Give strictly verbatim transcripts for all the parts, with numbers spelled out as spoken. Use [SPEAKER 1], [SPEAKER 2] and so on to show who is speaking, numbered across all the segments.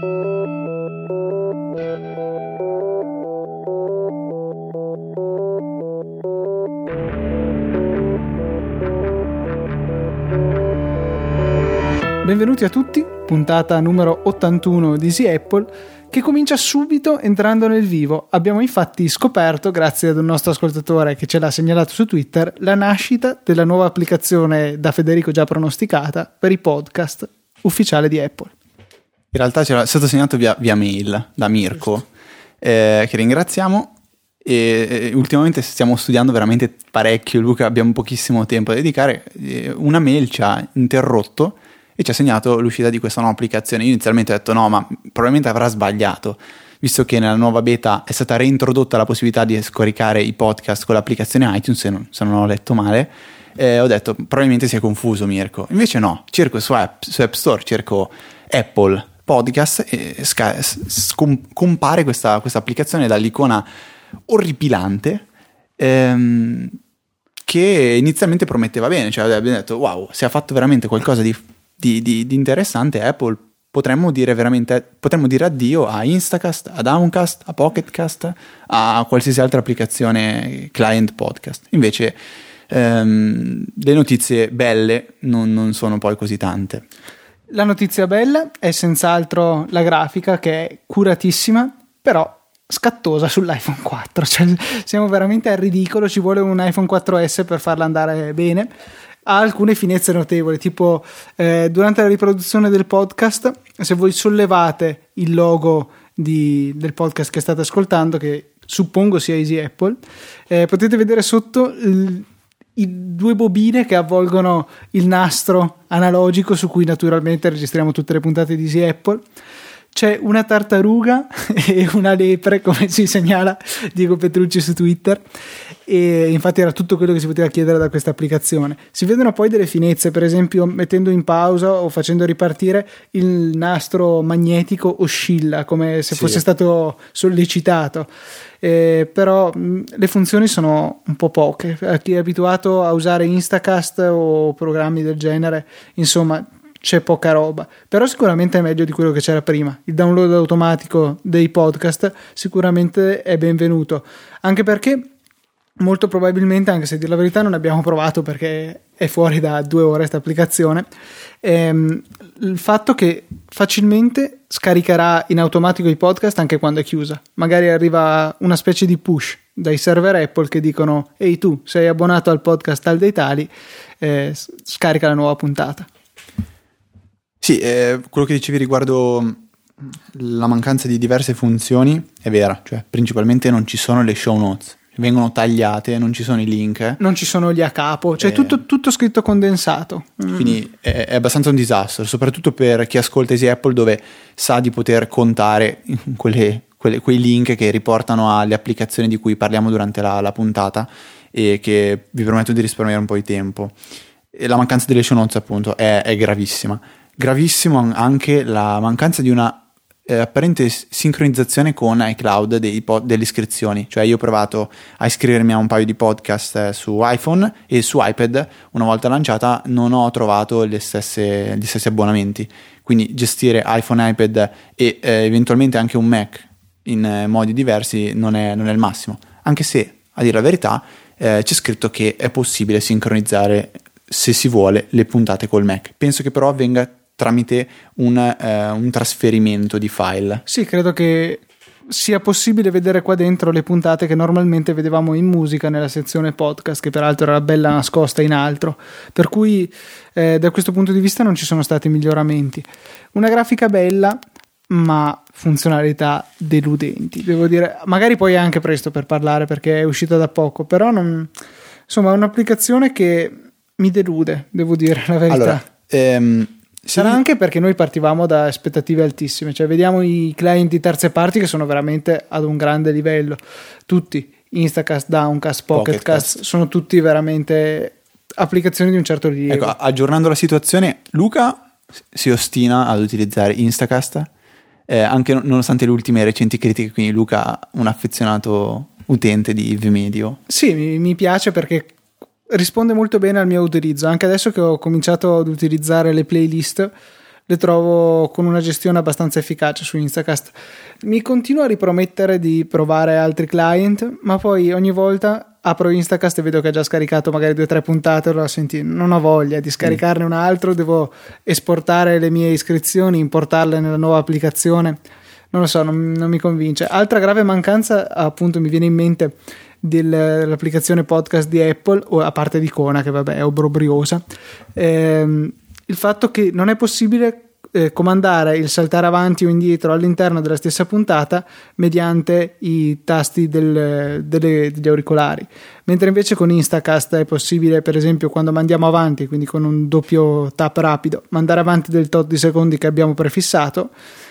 [SPEAKER 1] Benvenuti a tutti, puntata numero ottantuno di Easy Apple, che comincia subito entrando nel vivo. Abbiamo infatti scoperto, grazie ad un nostro ascoltatore che ce l'ha segnalato su Twitter, la nascita della nuova applicazione da Federico già pronosticata per i podcast ufficiale di Apple.
[SPEAKER 2] In realtà c'era stato segnato via, via mail da Mirko, eh, che ringraziamo, e, e ultimamente stiamo studiando veramente parecchio. Luca, abbiamo pochissimo tempo da dedicare. Una mail ci ha interrotto e ci ha segnato l'uscita di questa nuova applicazione. Io inizialmente ho detto no, ma probabilmente avrà sbagliato, visto che nella nuova beta è stata reintrodotta la possibilità di scaricare i podcast con l'applicazione iTunes, se non, se non ho letto male. Eh, ho detto probabilmente si è confuso Mirko, invece no, cerco su App, su App Store, cerco Apple Podcast e sca- scom- compare questa, questa applicazione dall'icona orripilante, ehm, che inizialmente prometteva bene, cioè abbiamo detto wow, si è fatto veramente qualcosa di Di, di, di interessante Apple, potremmo dire veramente, potremmo dire addio a Instacast, a Downcast, a Pocketcast, a qualsiasi altra applicazione client podcast. Invece ehm, le notizie belle non, non sono poi così tante.
[SPEAKER 1] La notizia bella è senz'altro la grafica, che è curatissima, però scattosa sull'iPhone quattro, cioè siamo veramente al ridicolo, ci vuole un iPhone quattro esse per farla andare bene. Ha alcune finezze notevoli, tipo eh, durante la riproduzione del podcast, se voi sollevate il logo di, del podcast che state ascoltando, che suppongo sia Easy Apple, eh, potete vedere sotto il, i due bobine che avvolgono il nastro analogico su cui naturalmente registriamo tutte le puntate di Easy Apple. C'è una tartaruga e una lepre, come ci segnala Diego Petrucci su Twitter, e infatti era tutto quello che si poteva chiedere da questa applicazione. Si vedono poi delle finezze, per esempio mettendo in pausa o facendo ripartire il nastro magnetico oscilla come se
[SPEAKER 2] sì.
[SPEAKER 1] fosse stato sollecitato, eh, però mh, le funzioni sono un po' poche. A chi è abituato a usare Instacast o programmi del genere, insomma, c'è poca roba, però sicuramente è meglio di quello che c'era prima. Il download automatico dei podcast sicuramente è benvenuto, anche perché molto probabilmente, anche se a dire la verità non abbiamo provato perché è fuori da due ore questa applicazione, ehm, il fatto che facilmente scaricherà in automatico i podcast anche quando è chiusa. Magari arriva una specie di push dai server Apple che dicono ehi tu sei abbonato al podcast tal dei tali, eh, scarica la nuova puntata.
[SPEAKER 2] Sì, eh, quello che dicevi riguardo la mancanza di diverse funzioni è vera, cioè principalmente non ci sono le show notes, vengono tagliate, non ci sono i link,
[SPEAKER 1] non ci sono gli a capo, cioè
[SPEAKER 2] eh,
[SPEAKER 1] tutto, tutto scritto condensato,
[SPEAKER 2] quindi mm. è, è abbastanza un disastro, soprattutto per chi ascolta Easy Apple, dove sa di poter contare quelle, quelle, quei link che riportano alle applicazioni di cui parliamo durante la, la puntata e che vi permettono di risparmiare un po' di tempo. E la mancanza delle show notes appunto è, è gravissima. Gravissimo anche la mancanza di una eh, apparente sincronizzazione con iCloud dei pod, delle iscrizioni. Cioè io ho provato a iscrivermi a un paio di podcast eh, su iPhone e su iPad, una volta lanciata non ho trovato le stesse, gli stessi abbonamenti, quindi gestire iPhone, iPad e eh, eventualmente anche un Mac in eh, modi diversi non è, non è il massimo, anche se a dire la verità eh, c'è scritto che è possibile sincronizzare, se si vuole, le puntate col Mac. Penso che però avvenga tramite un, eh, un trasferimento di file.
[SPEAKER 1] Sì, credo che sia possibile vedere qua dentro le puntate che normalmente vedevamo in musica nella sezione podcast, che peraltro era bella nascosta in altro, per cui eh, da questo punto di vista non ci sono stati miglioramenti. Una grafica bella, ma funzionalità deludenti, devo dire. Magari poi è anche presto per parlare perché è uscita da poco, però non... insomma è un'applicazione che mi delude, devo dire la verità.
[SPEAKER 2] Allora, ehm,
[SPEAKER 1] sarà
[SPEAKER 2] sì.
[SPEAKER 1] Anche perché noi partivamo da aspettative altissime, cioè vediamo i client di terze parti che sono veramente ad un grande livello, tutti, Instacast, Downcast, Pocketcast, Pocketcast. Sono tutti veramente applicazioni di un certo rilievo.
[SPEAKER 2] Ecco, aggiornando la situazione, Luca si ostina ad utilizzare Instacast, eh, anche nonostante le ultime recenti critiche, quindi Luca un affezionato utente di Vmedio.
[SPEAKER 1] Sì, mi, mi piace perché risponde molto bene al mio utilizzo. Anche adesso che ho cominciato ad utilizzare le playlist, le trovo con una gestione abbastanza efficace su Instacast. Mi continuo a ripromettere di provare altri client, ma poi ogni volta apro Instacast e vedo che ha già scaricato magari due o tre puntate, allora senti, non ho voglia di scaricarne un altro, devo esportare le mie iscrizioni, importarle nella nuova applicazione, non lo so, non, non mi convince. Altra grave mancanza, appunto, mi viene in mente dell'applicazione podcast di Apple, o a parte di Kona che vabbè è obbrobriosa, ehm, il fatto che non è possibile eh, comandare il saltare avanti o indietro all'interno della stessa puntata mediante i tasti del, delle, degli auricolari, mentre invece con Instacast è possibile, per esempio quando mandiamo avanti, quindi con un doppio tap rapido, mandare avanti del tot di secondi che abbiamo prefissato.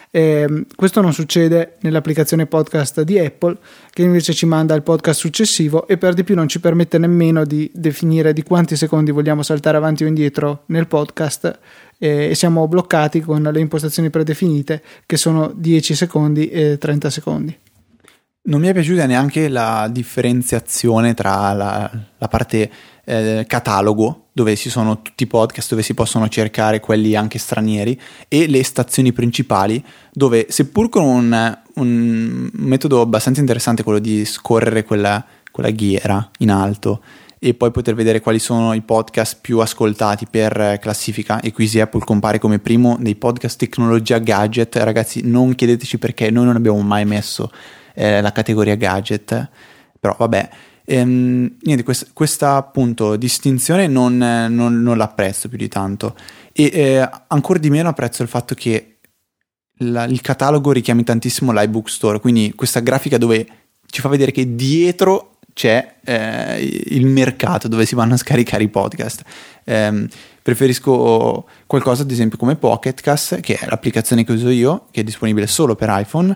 [SPEAKER 1] Eh, questo non succede nell'applicazione podcast di Apple, che invece ci manda il podcast successivo e per di più non ci permette nemmeno di definire di quanti secondi vogliamo saltare avanti o indietro nel podcast, eh, e siamo bloccati con le impostazioni predefinite che sono dieci secondi e trenta secondi.
[SPEAKER 2] Non mi è piaciuta neanche la differenziazione tra la, la parte eh, catalogo, dove ci sono tutti i podcast, dove si possono cercare quelli anche stranieri, e le stazioni principali, dove seppur con un, un metodo abbastanza interessante, quello di scorrere quella, quella ghiera in alto e poi poter vedere quali sono i podcast più ascoltati per classifica, e qui si Apple compare come primo dei podcast tecnologia gadget. Ragazzi, non chiedeteci perché, noi non abbiamo mai messo eh, la categoria gadget, però vabbè. Ehm, niente, questa, questa appunto distinzione non, non, non l'apprezzo più di tanto, e eh, ancora di meno apprezzo il fatto che la, il catalogo richiami tantissimo l'iBook Store, quindi questa grafica dove ci fa vedere che dietro c'è eh, il mercato dove si vanno a scaricare i podcast. Eh, preferisco qualcosa ad esempio come Pocket Cast, che è l'applicazione che uso io, che è disponibile solo per iPhone,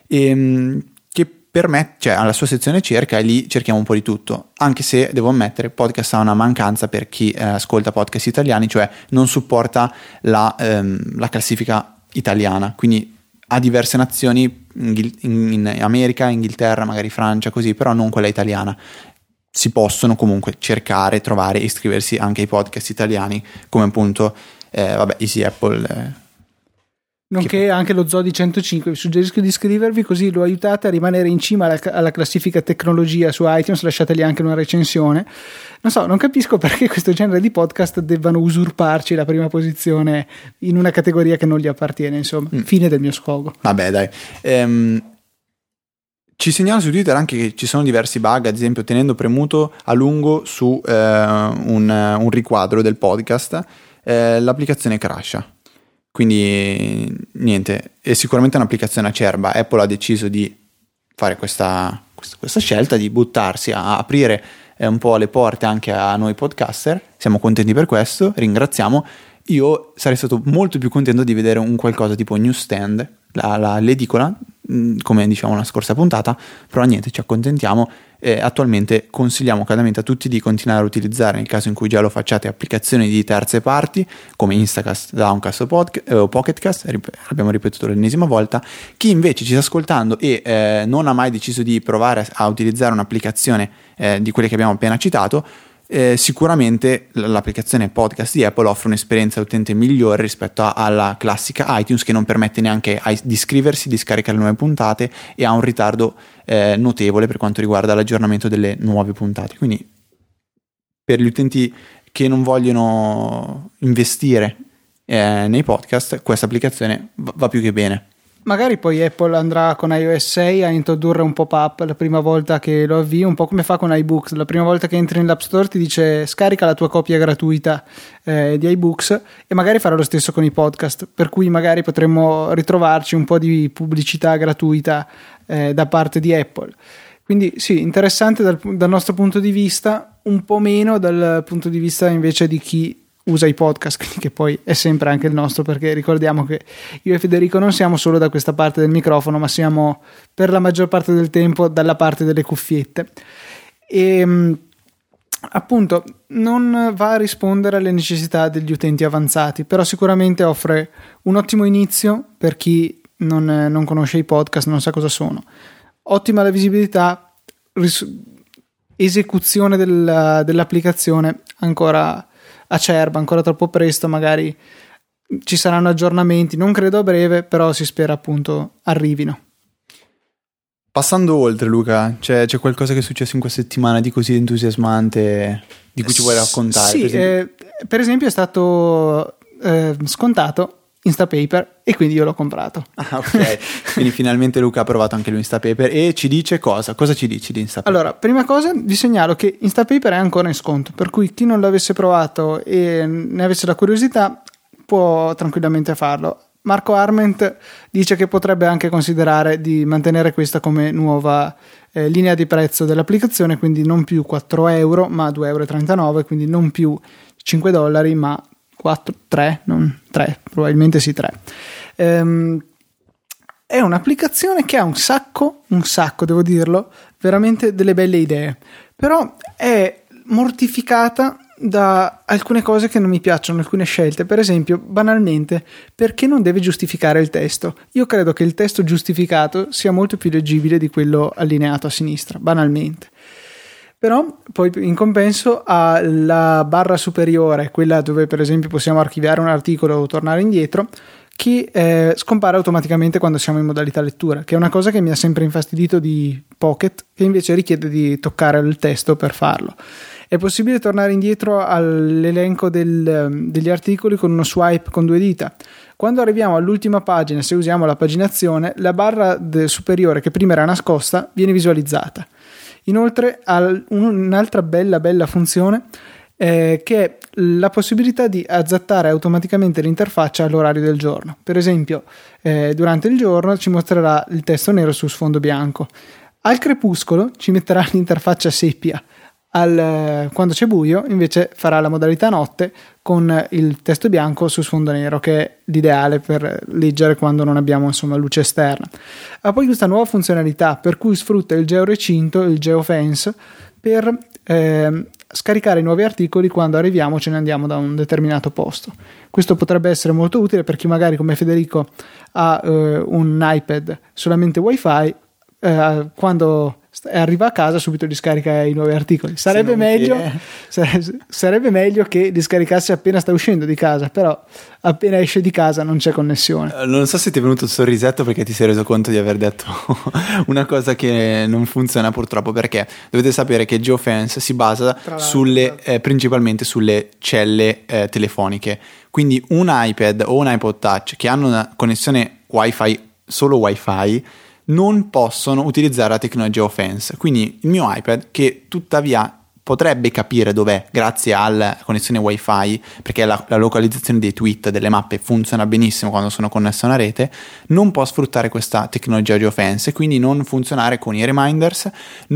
[SPEAKER 2] e che per me, cioè alla sua sezione cerca, e lì cerchiamo un po' di tutto, anche se devo ammettere Podcast ha una mancanza per chi eh, ascolta podcast italiani, cioè non supporta la, ehm, la classifica italiana, quindi ha diverse nazioni, in, in America, Inghilterra, magari Francia, così, però non quella italiana. Si possono comunque cercare, trovare e iscriversi anche ai podcast italiani, come appunto eh, vabbè, Easy Apple, eh,
[SPEAKER 1] nonché che... anche lo Zodi centocinque. Vi suggerisco di iscrivervi, così lo aiutate a rimanere in cima alla, alla classifica tecnologia su iTunes, lasciategli anche una recensione. Non so, non capisco perché questo genere di podcast debbano usurparci la prima posizione in una categoria che non gli appartiene, insomma. Mm. Fine del mio sfogo.
[SPEAKER 2] Vabbè, dai. Ehm, ci segnala su Twitter anche che ci sono diversi bug, ad esempio tenendo premuto a lungo su eh, un, un riquadro del podcast, eh, l'applicazione crasha. Quindi niente, è sicuramente un'applicazione acerba. Apple ha deciso di fare questa, questa, questa scelta di buttarsi a aprire eh, un po' le porte anche a noi podcaster. Siamo contenti per questo, ringraziamo. Io sarei stato molto più contento di vedere un qualcosa tipo newsstand, la, la, l'edicola, mh, come diciamo la scorsa puntata, però niente, ci accontentiamo. Eh, attualmente consigliamo caldamente a tutti di continuare a utilizzare, nel caso in cui già lo facciate, applicazioni di terze parti come Instacast, Downcast o, Pod- o Pocketcast, rip- abbiamo ripetuto l'ennesima volta. Chi invece ci sta ascoltando e eh, non ha mai deciso di provare a, a utilizzare un'applicazione eh, di quelle che abbiamo appena citato, Eh, sicuramente l'applicazione podcast di Apple offre un'esperienza utente migliore rispetto a, alla classica iTunes, che non permette neanche ai, di iscriversi, di scaricare le nuove puntate, e ha un ritardo eh, notevole per quanto riguarda l'aggiornamento delle nuove puntate. Quindi per gli utenti che non vogliono investire eh, nei podcast, questa applicazione va, va più che bene.
[SPEAKER 1] Magari poi Apple andrà con iOS sei a introdurre un pop-up la prima volta che lo avvii, un po' come fa con iBooks. La prima volta che entri nell'App Store ti dice scarica la tua copia gratuita eh, di iBooks, e magari farà lo stesso con i podcast, per cui magari potremmo ritrovarci un po' di pubblicità gratuita eh, da parte di Apple. Quindi sì, interessante dal, dal nostro punto di vista, un po' meno dal punto di vista invece di chi usa i podcast, che poi è sempre anche il nostro, perché ricordiamo che io e Federico non siamo solo da questa parte del microfono, ma siamo per la maggior parte del tempo dalla parte delle cuffiette, e appunto non va a rispondere alle necessità degli utenti avanzati, però sicuramente offre un ottimo inizio per chi non, non conosce i podcast, non sa cosa sono. Ottima la visibilità, ris- esecuzione della, dell'applicazione ancora acerba, ancora troppo presto, magari ci saranno aggiornamenti, non credo a breve, però si spera appunto arrivino.
[SPEAKER 2] Passando oltre, Luca, c'è, c'è qualcosa che è successo in questa settimana di così entusiasmante di cui ci vuoi raccontare?
[SPEAKER 1] Sì, per esempio, eh, per esempio è stato eh, scontato Instapaper e quindi io l'ho comprato.
[SPEAKER 2] Ah, ok. Quindi finalmente Luca ha provato anche lui Instapaper e ci dice cosa? Cosa ci dici di Instapaper?
[SPEAKER 1] Allora, prima cosa vi segnalo che Instapaper è ancora in sconto, per cui chi non l'avesse provato e ne avesse la curiosità può tranquillamente farlo. Marco Arment dice che potrebbe anche considerare di mantenere questa come nuova eh, linea di prezzo dell'applicazione, quindi non più quattro euro ma due virgola trentanove euro, quindi non più cinque dollari ma quattro, tre, non tre, probabilmente sì tre. Ehm, è un'applicazione che ha un sacco, un sacco devo dirlo, veramente delle belle idee, però è mortificata da alcune cose che non mi piacciono, alcune scelte. Per esempio, banalmente, perché non deve giustificare il testo? Io credo che il testo giustificato sia molto più leggibile di quello allineato a sinistra, banalmente. Però poi in compenso ha la barra superiore, quella dove per esempio possiamo archiviare un articolo o tornare indietro, che eh, scompare automaticamente quando siamo in modalità lettura, che è una cosa che mi ha sempre infastidito di Pocket, che invece richiede di toccare il testo per farlo. È possibile tornare indietro all'elenco del, degli articoli con uno swipe con due dita. Quando arriviamo all'ultima pagina, se usiamo la paginazione, la barra superiore che prima era nascosta viene visualizzata. Inoltre ha un'altra bella bella funzione eh, che è la possibilità di azzattare automaticamente l'interfaccia all'orario del giorno. Per esempio, eh, durante il giorno ci mostrerà il testo nero su sfondo bianco. Al crepuscolo ci metterà l'interfaccia seppia. Al, quando c'è buio invece farà la modalità notte con il testo bianco su sfondo nero, che è l'ideale per leggere quando non abbiamo insomma luce esterna. Ha poi questa nuova funzionalità per cui sfrutta il georecinto, il geofence, per eh, scaricare i nuovi articoli quando arriviamo, ce ne andiamo da un determinato posto. Questo potrebbe essere molto utile per chi magari come Federico ha eh, un iPad solamente wifi, eh, quando arriva a casa subito gli scarica i nuovi articoli. Sarebbe meglio sarebbe meglio che li scaricasse appena sta uscendo di casa, però appena esce di casa non c'è connessione.
[SPEAKER 2] Non so se ti è venuto il sorrisetto perché ti sei reso conto di aver detto una cosa che non funziona purtroppo, perché dovete sapere che GeoFence si basa sulle eh, principalmente sulle celle eh, telefoniche, quindi un iPad o un iPod Touch che hanno una connessione wifi, solo wifi, non possono utilizzare la tecnologia geofence. Quindi il mio iPad, che tuttavia potrebbe capire dov'è grazie alla connessione wifi, perché la, la localizzazione dei tweet, delle mappe funziona benissimo quando sono connesso a una rete, non può sfruttare questa tecnologia geofence e quindi non funzionare con i reminders,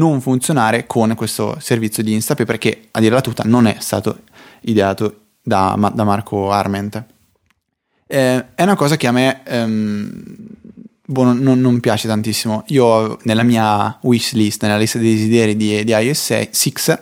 [SPEAKER 2] non funzionare con questo servizio di Instapaper, che a dire la tutta non è stato ideato da, da Marco Arment. Eh, è una cosa che a me ehm, boh, non, non piace tantissimo. Io nella mia wish list, nella lista dei desideri di, di iOS sei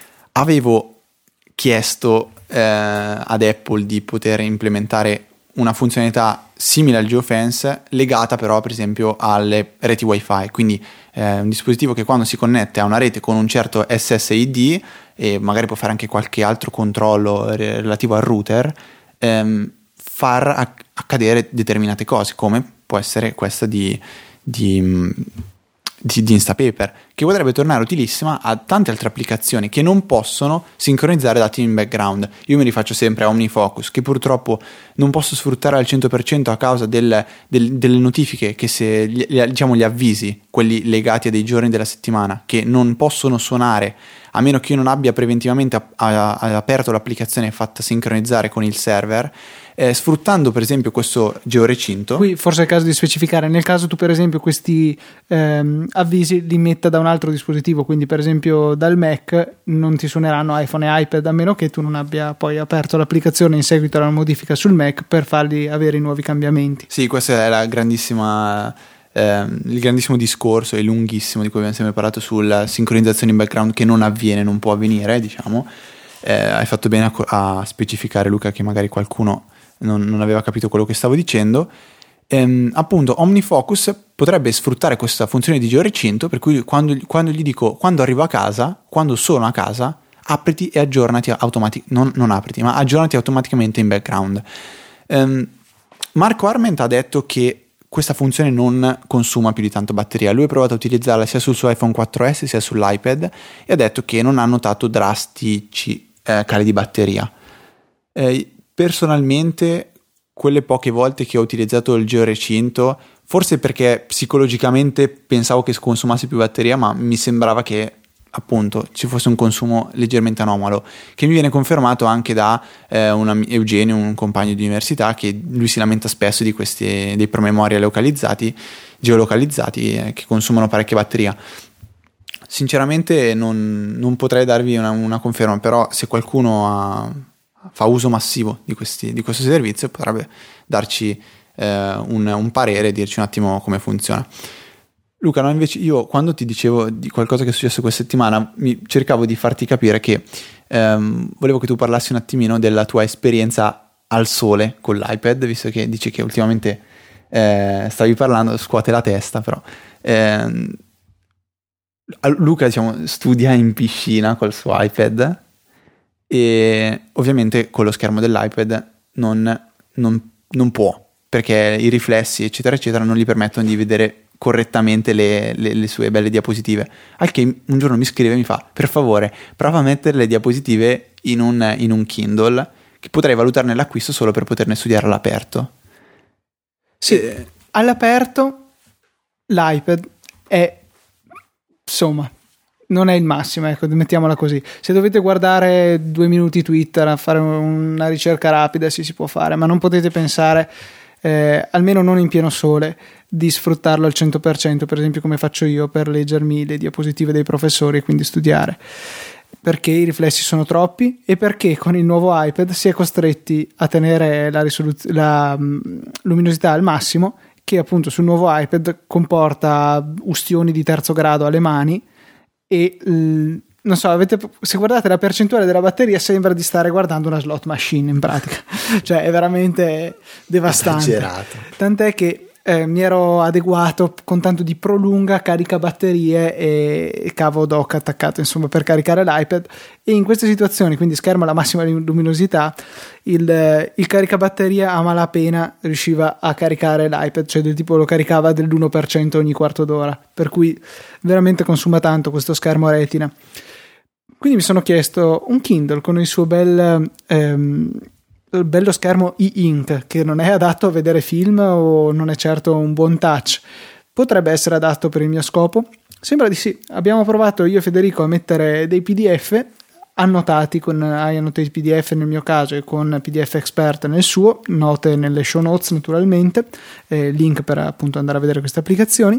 [SPEAKER 2] avevo chiesto eh, ad Apple di poter implementare una funzionalità simile al geofence, legata però per esempio alle reti wifi, quindi eh, un dispositivo che quando si connette a una rete con un certo S S I D e magari può fare anche qualche altro controllo relativo al router, ehm, far accadere determinate cose, come può essere questa di, di, di, di Instapaper, che potrebbe tornare utilissima a tante altre applicazioni che non possono sincronizzare dati in background. Io mi rifaccio sempre a OmniFocus, che purtroppo non posso sfruttare al cento per cento a causa del, del, delle notifiche, che se gli, diciamo gli avvisi, quelli legati a dei giorni della settimana, che non possono suonare a meno che io non abbia preventivamente a, a, a aperto l'applicazione fatta sincronizzare con il server. Eh, sfruttando per esempio questo georecinto.
[SPEAKER 1] Qui forse è il caso di specificare, nel caso tu per esempio questi ehm, avvisi li metta da un altro dispositivo, quindi per esempio dal Mac non ti suoneranno iPhone e iPad a meno che tu non abbia poi aperto l'applicazione in seguito alla modifica sul Mac per fargli avere i nuovi cambiamenti.
[SPEAKER 2] Sì, questa è la grandissima eh, il grandissimo discorso e lunghissimo di cui abbiamo sempre parlato sulla sincronizzazione in background, che non avviene, non può avvenire, diciamo. Eh, hai fatto bene a, a specificare, Luca, che magari qualcuno Non, non aveva capito quello che stavo dicendo. Ehm, appunto OmniFocus potrebbe sfruttare questa funzione di georecinto, per cui quando, quando gli dico quando arrivo a casa, quando sono a casa, apriti e aggiornati automaticamente, non, non apriti ma aggiornati automaticamente in background. Um, Marco Arment ha detto che questa funzione non consuma più di tanto batteria. Lui ha provato a utilizzarla sia sul suo iPhone quattro esse sia sull'iPad e ha detto che non ha notato drastici eh, cali di batteria. Eh, personalmente, quelle poche volte che ho utilizzato il georecinto, forse perché psicologicamente pensavo che consumasse più batteria, ma mi sembrava che appunto ci fosse un consumo leggermente anomalo, che mi viene confermato anche da eh, un Eugenio, un compagno di università, che lui si lamenta spesso di questi dei promemoria localizzati, geolocalizzati eh, che consumano parecchia batteria. Sinceramente non, non potrei darvi una, una conferma, però se qualcuno ha, fa uso massivo di, questi, di questo servizio potrebbe darci eh, un, un parere e dirci un attimo come funziona. Luca, no, invece io quando ti dicevo di qualcosa che è successo questa settimana mi cercavo di farti capire che ehm, volevo che tu parlassi un attimino della tua esperienza al sole con l'iPad, visto che dici che ultimamente eh, stavi parlando, scuote la testa, però ehm, Luca, diciamo, studia in piscina col suo iPad e ovviamente con lo schermo dell'iPad non, non, non può, perché i riflessi eccetera eccetera non gli permettono di vedere correttamente le, le, le sue belle diapositive. Al che un giorno mi scrive e mi fa: per favore prova a mettere le diapositive in un, in un Kindle, che potrei valutarne l'acquisto solo per poterne studiare all'aperto.
[SPEAKER 1] Sì, eh. all'aperto l'iPad è, insomma, non è il massimo, ecco, mettiamola così. Se dovete guardare due minuti Twitter, a fare una ricerca rapida, sì, si può fare, ma non potete pensare, eh, almeno non in pieno sole, di sfruttarlo al cento per cento, per esempio come faccio io per leggermi le diapositive dei professori e quindi studiare, perché i riflessi sono troppi e perché con il nuovo iPad si è costretti a tenere la, risoluz- la um, luminosità al massimo, che appunto sul nuovo iPad comporta ustioni di terzo grado alle mani e l- non so, avete, se guardate la percentuale della batteria sembra di stare guardando una slot machine in pratica, cioè è veramente devastante.
[SPEAKER 2] Esagerato.
[SPEAKER 1] Tant'è che eh, mi ero adeguato con tanto di prolunga carica batterie e cavo dock attaccato insomma per caricare l'iPad, e in queste situazioni, quindi schermo alla massima luminosità, il, il caricabatteria a malapena riusciva a caricare l'iPad, cioè del tipo lo caricava dell'uno per cento ogni quarto d'ora, per cui veramente consuma tanto questo schermo retina. Quindi mi sono chiesto, un Kindle con il suo bel ehm, bello schermo e-ink, che non è adatto a vedere film o non è certo un buon touch, potrebbe essere adatto per il mio scopo? Sembra di sì. Abbiamo provato io e Federico a mettere dei P D F annotati con iAnnotate P D F nel mio caso e con P D F Expert nel suo, note nelle show notes naturalmente, eh, link per appunto andare a vedere queste applicazioni.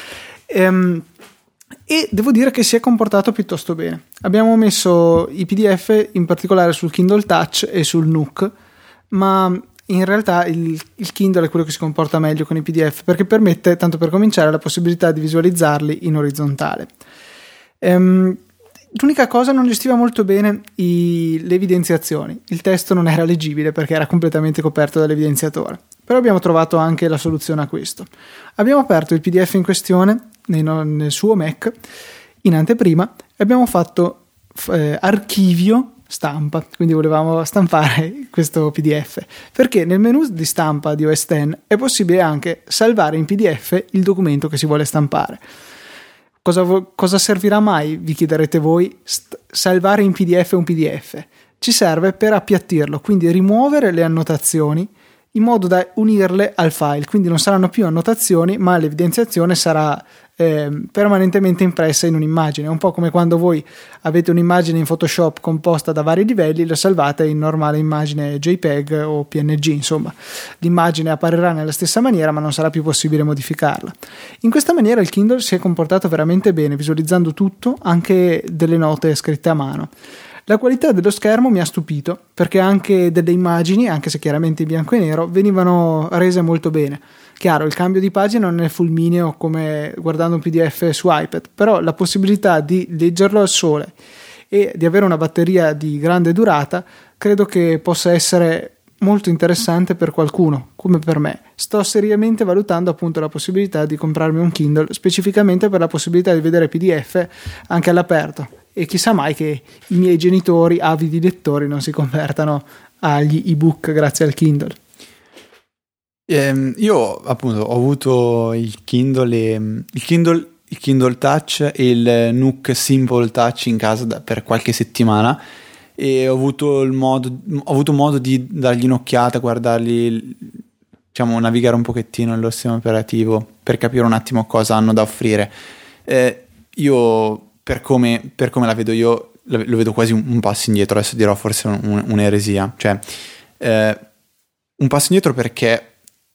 [SPEAKER 1] Ehm, e devo dire che si è comportato piuttosto bene. Abbiamo messo i P D F in particolare sul Kindle Touch e sul Nook, ma in realtà il, il Kindle è quello che si comporta meglio con i P D F, perché permette, tanto per cominciare, la possibilità di visualizzarli in orizzontale. Ehm, l'unica cosa, non gestiva molto bene i, le evidenziazioni, il testo non era leggibile perché era completamente coperto dall'evidenziatore, però abbiamo trovato anche la soluzione a questo. Abbiamo aperto il P D F in questione nel, nel suo Mac in anteprima e abbiamo fatto eh, archivio stampa, quindi volevamo stampare questo P D F, perché nel menu di stampa di O S X è possibile anche salvare in P D F il documento che si vuole stampare. Cosa, cosa servirà mai, vi chiederete voi, st- salvare in P D F un P D F? Ci serve per appiattirlo, quindi rimuovere le annotazioni in modo da unirle al file, quindi non saranno più annotazioni, ma l'evidenziazione sarà eh, permanentemente impressa in un'immagine, un po' come quando voi avete un'immagine in Photoshop composta da vari livelli, la salvate in normale immagine JPEG o P N G, insomma l'immagine apparirà nella stessa maniera ma non sarà più possibile modificarla. In questa maniera il Kindle si è comportato veramente bene, visualizzando tutto, anche delle note scritte a mano. La qualità dello schermo mi ha stupito, perché anche delle immagini, anche se chiaramente in bianco e nero, venivano rese molto bene. Chiaro, il cambio di pagina non è fulmineo come guardando un P D F su iPad, però la possibilità di leggerlo al sole e di avere una batteria di grande durata credo che possa essere molto interessante per qualcuno, come per me. Sto seriamente valutando appunto la possibilità di comprarmi un Kindle specificamente per la possibilità di vedere P D F anche all'aperto, e chissà mai che i miei genitori avidi lettori non si convertano agli ebook grazie al Kindle.
[SPEAKER 2] Ehm, io appunto ho avuto il Kindle, e, il Kindle, il Kindle Touch e il Nook Simple Touch in casa da, per qualche settimana, e ho avuto il modo, ho avuto modo di dargli un'occhiata, guardarli, diciamo, navigare un pochettino nel loro sistema operativo per capire un attimo cosa hanno da offrire. Eh, io per come, per come la vedo io lo vedo quasi un, un passo indietro. Adesso dirò forse un, un'eresia, cioè eh, un passo indietro perché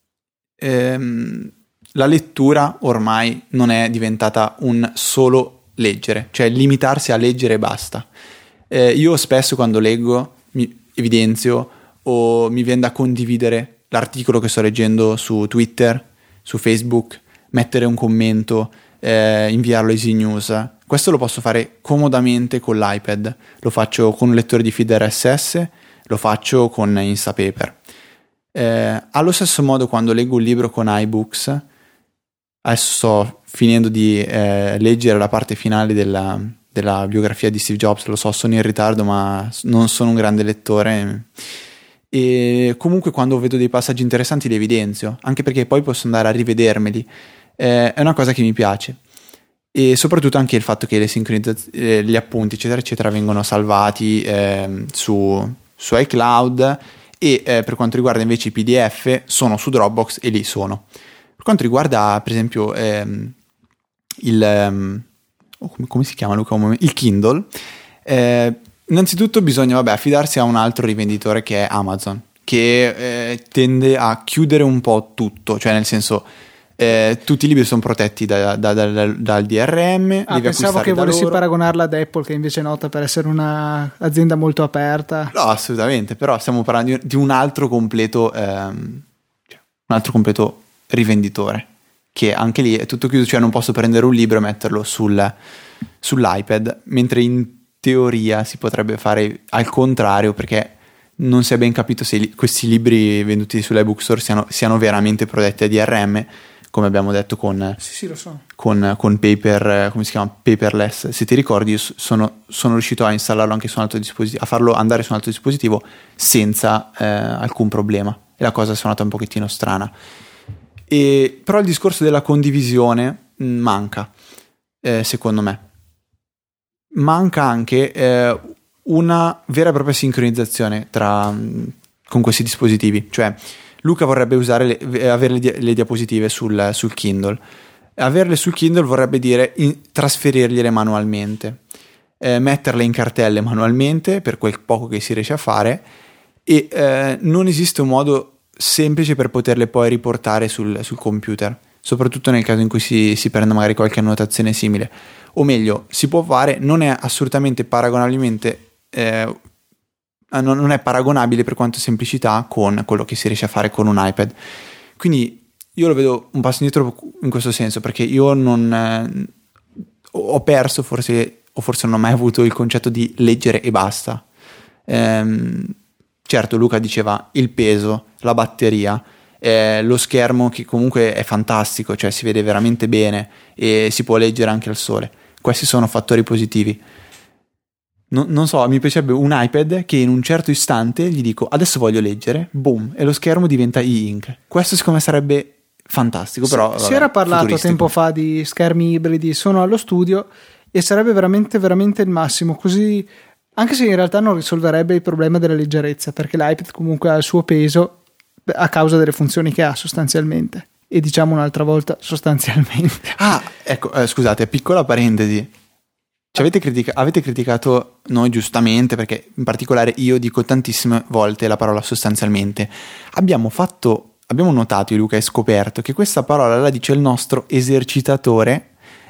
[SPEAKER 2] ehm, la lettura ormai non è diventata un solo leggere, cioè limitarsi a leggere e basta. Eh, io spesso quando leggo mi evidenzio o mi viene da condividere l'articolo che sto leggendo su Twitter, su Facebook, mettere un commento, eh, inviarlo a Easy News. Questo lo posso fare comodamente con l'iPad, lo faccio con un lettore di feed R S S, lo faccio con Instapaper. Eh, allo stesso modo quando leggo un libro con iBooks, adesso sto finendo di eh, leggere la parte finale della, della biografia di Steve Jobs, lo so, sono in ritardo ma non sono un grande lettore, e comunque quando vedo dei passaggi interessanti li evidenzio, anche perché poi posso andare a rivedermeli. Eh, è una cosa che mi piace, e soprattutto anche il fatto che le sincronizzazioni, eh, gli appunti eccetera eccetera vengono salvati eh, su, su iCloud, e eh, per quanto riguarda invece i P D F sono su Dropbox e lì sono. Per quanto riguarda per esempio ehm, il ehm, oh, come, come si chiama Luca? Il Kindle, eh, innanzitutto bisogna vabbè, affidarsi a un altro rivenditore che è Amazon, che eh, tende a chiudere un po' tutto, cioè nel senso eh, tutti i libri sono protetti da, da, da, da, dal D R M.
[SPEAKER 1] Ah, pensavo che volessi loro. paragonarla ad Apple, che invece è nota per essere un'azienda molto aperta.
[SPEAKER 2] No, assolutamente, però stiamo parlando di un altro completo ehm, cioè, un altro completo rivenditore, che anche lì è tutto chiuso, cioè non posso prendere un libro e metterlo sul, sull'iPad, mentre in teoria si potrebbe fare al contrario, perché non si è ben capito se li, questi libri venduti sull'iBook Store siano, siano veramente protetti a D R M, come abbiamo detto con,
[SPEAKER 1] sì, sì, lo so. con,
[SPEAKER 2] con Paper, come si chiama? Paperless. Se ti ricordi, io sono, sono riuscito a installarlo anche su un altro dispositivo, a farlo andare su un altro dispositivo senza eh, alcun problema, e la cosa è suonata un pochettino strana. E, però il discorso della condivisione mh, manca, eh, secondo me. Manca anche eh, una vera e propria sincronizzazione tra, mh, con questi dispositivi. Cioè Luca vorrebbe usare le, avere le, dia- le diapositive sul, sul Kindle. Averle sul Kindle vorrebbe dire in, trasferirgliele manualmente, eh, metterle in cartelle manualmente per quel poco che si riesce a fare, e eh, non esiste un modo semplice per poterle poi riportare sul, sul computer, soprattutto nel caso in cui si, si prenda magari qualche annotazione simile, o meglio si può fare, non è assolutamente paragonabilmente eh, non è paragonabile per quanto semplicità con quello che si riesce a fare con un iPad. Quindi io lo vedo un passo indietro in questo senso, perché io non eh, ho perso forse, o forse non ho mai avuto il concetto di leggere e basta. ehm, Certo, Luca diceva il peso, la batteria, eh, lo schermo che comunque è fantastico, cioè si vede veramente bene e si può leggere anche al sole. Questi sono fattori positivi. No, non so, mi piacerebbe un iPad che in un certo istante gli dico adesso voglio leggere, boom, e lo schermo diventa e-ink. Questo secondo me sarebbe fantastico, però
[SPEAKER 1] si,
[SPEAKER 2] vabbè,
[SPEAKER 1] si era parlato tempo fa di schermi ibridi, sono allo studio e sarebbe veramente veramente il massimo, così. Anche se in realtà non risolverebbe il problema della leggerezza, perché l'iPad comunque ha il suo peso a causa delle funzioni che ha sostanzialmente, e diciamo un'altra volta sostanzialmente.
[SPEAKER 2] Ah, ecco, eh, scusate, piccola parentesi. Ci avete, critica- avete criticato noi giustamente, perché in particolare io dico tantissime volte la parola sostanzialmente. Abbiamo fatto, abbiamo notato, io e Luca hai scoperto che questa parola la dice il nostro esercitatore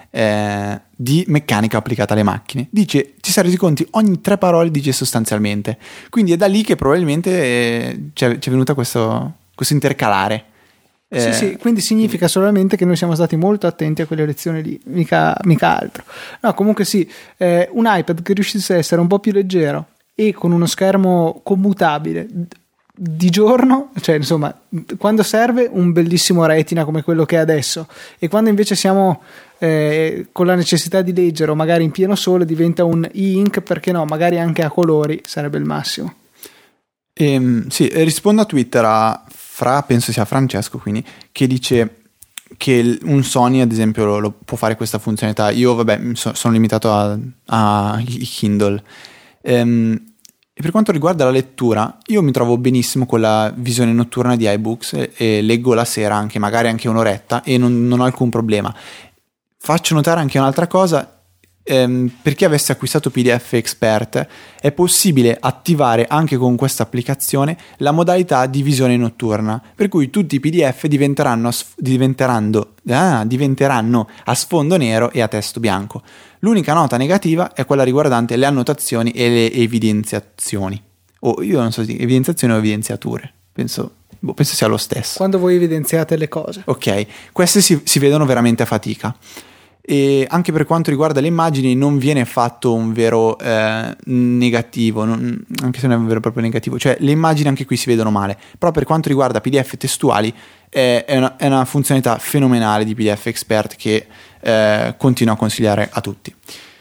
[SPEAKER 2] Eh, di meccanica applicata alle macchine. Dice, ci si è resi conti, ogni tre parole dice sostanzialmente, quindi è da lì che probabilmente eh, c'è, c'è venuta questo, questo intercalare.
[SPEAKER 1] Eh, sì, sì, quindi significa solamente che noi siamo stati molto attenti a quelle lezioni lì, mica, mica altro. No, comunque sì, eh, un iPad che riuscisse a essere un po' più leggero e con uno schermo commutabile di giorno, cioè insomma quando serve un bellissimo retina come quello che è adesso, e quando invece siamo eh, con la necessità di leggere o magari in pieno sole diventa un e-ink, perché no, magari anche a colori sarebbe il massimo.
[SPEAKER 2] Ehm, sì, rispondo a Twitter a Fra, penso sia Francesco, quindi, che dice che un Sony ad esempio lo, lo può fare questa funzionalità. Io vabbè so, sono limitato a, a Kindle. Ehm, e per quanto riguarda la lettura, io mi trovo benissimo con la visione notturna di iBooks e, e leggo la sera anche, magari anche un'oretta, e non, non ho alcun problema. Faccio notare anche un'altra cosa. Per chi avesse acquistato P D F Expert, è possibile attivare anche con questa applicazione la modalità di visione notturna, per cui tutti i P D F diventeranno a, diventeranno, ah, diventeranno a sfondo nero e a testo bianco. L'unica nota negativa è quella riguardante le annotazioni e le evidenziazioni, o io non so se evidenziazioni o evidenziature, penso, boh, penso sia lo stesso.
[SPEAKER 1] Quando voi evidenziate le cose.
[SPEAKER 2] Ok, queste si, si vedono veramente a fatica. E anche per quanto riguarda le immagini non viene fatto un vero eh, negativo, non, anche se non è un vero e proprio negativo, cioè le immagini anche qui si vedono male, però per quanto riguarda P D F testuali è, è, una, è una funzionalità fenomenale di P D F Expert che eh, continuo a consigliare a tutti.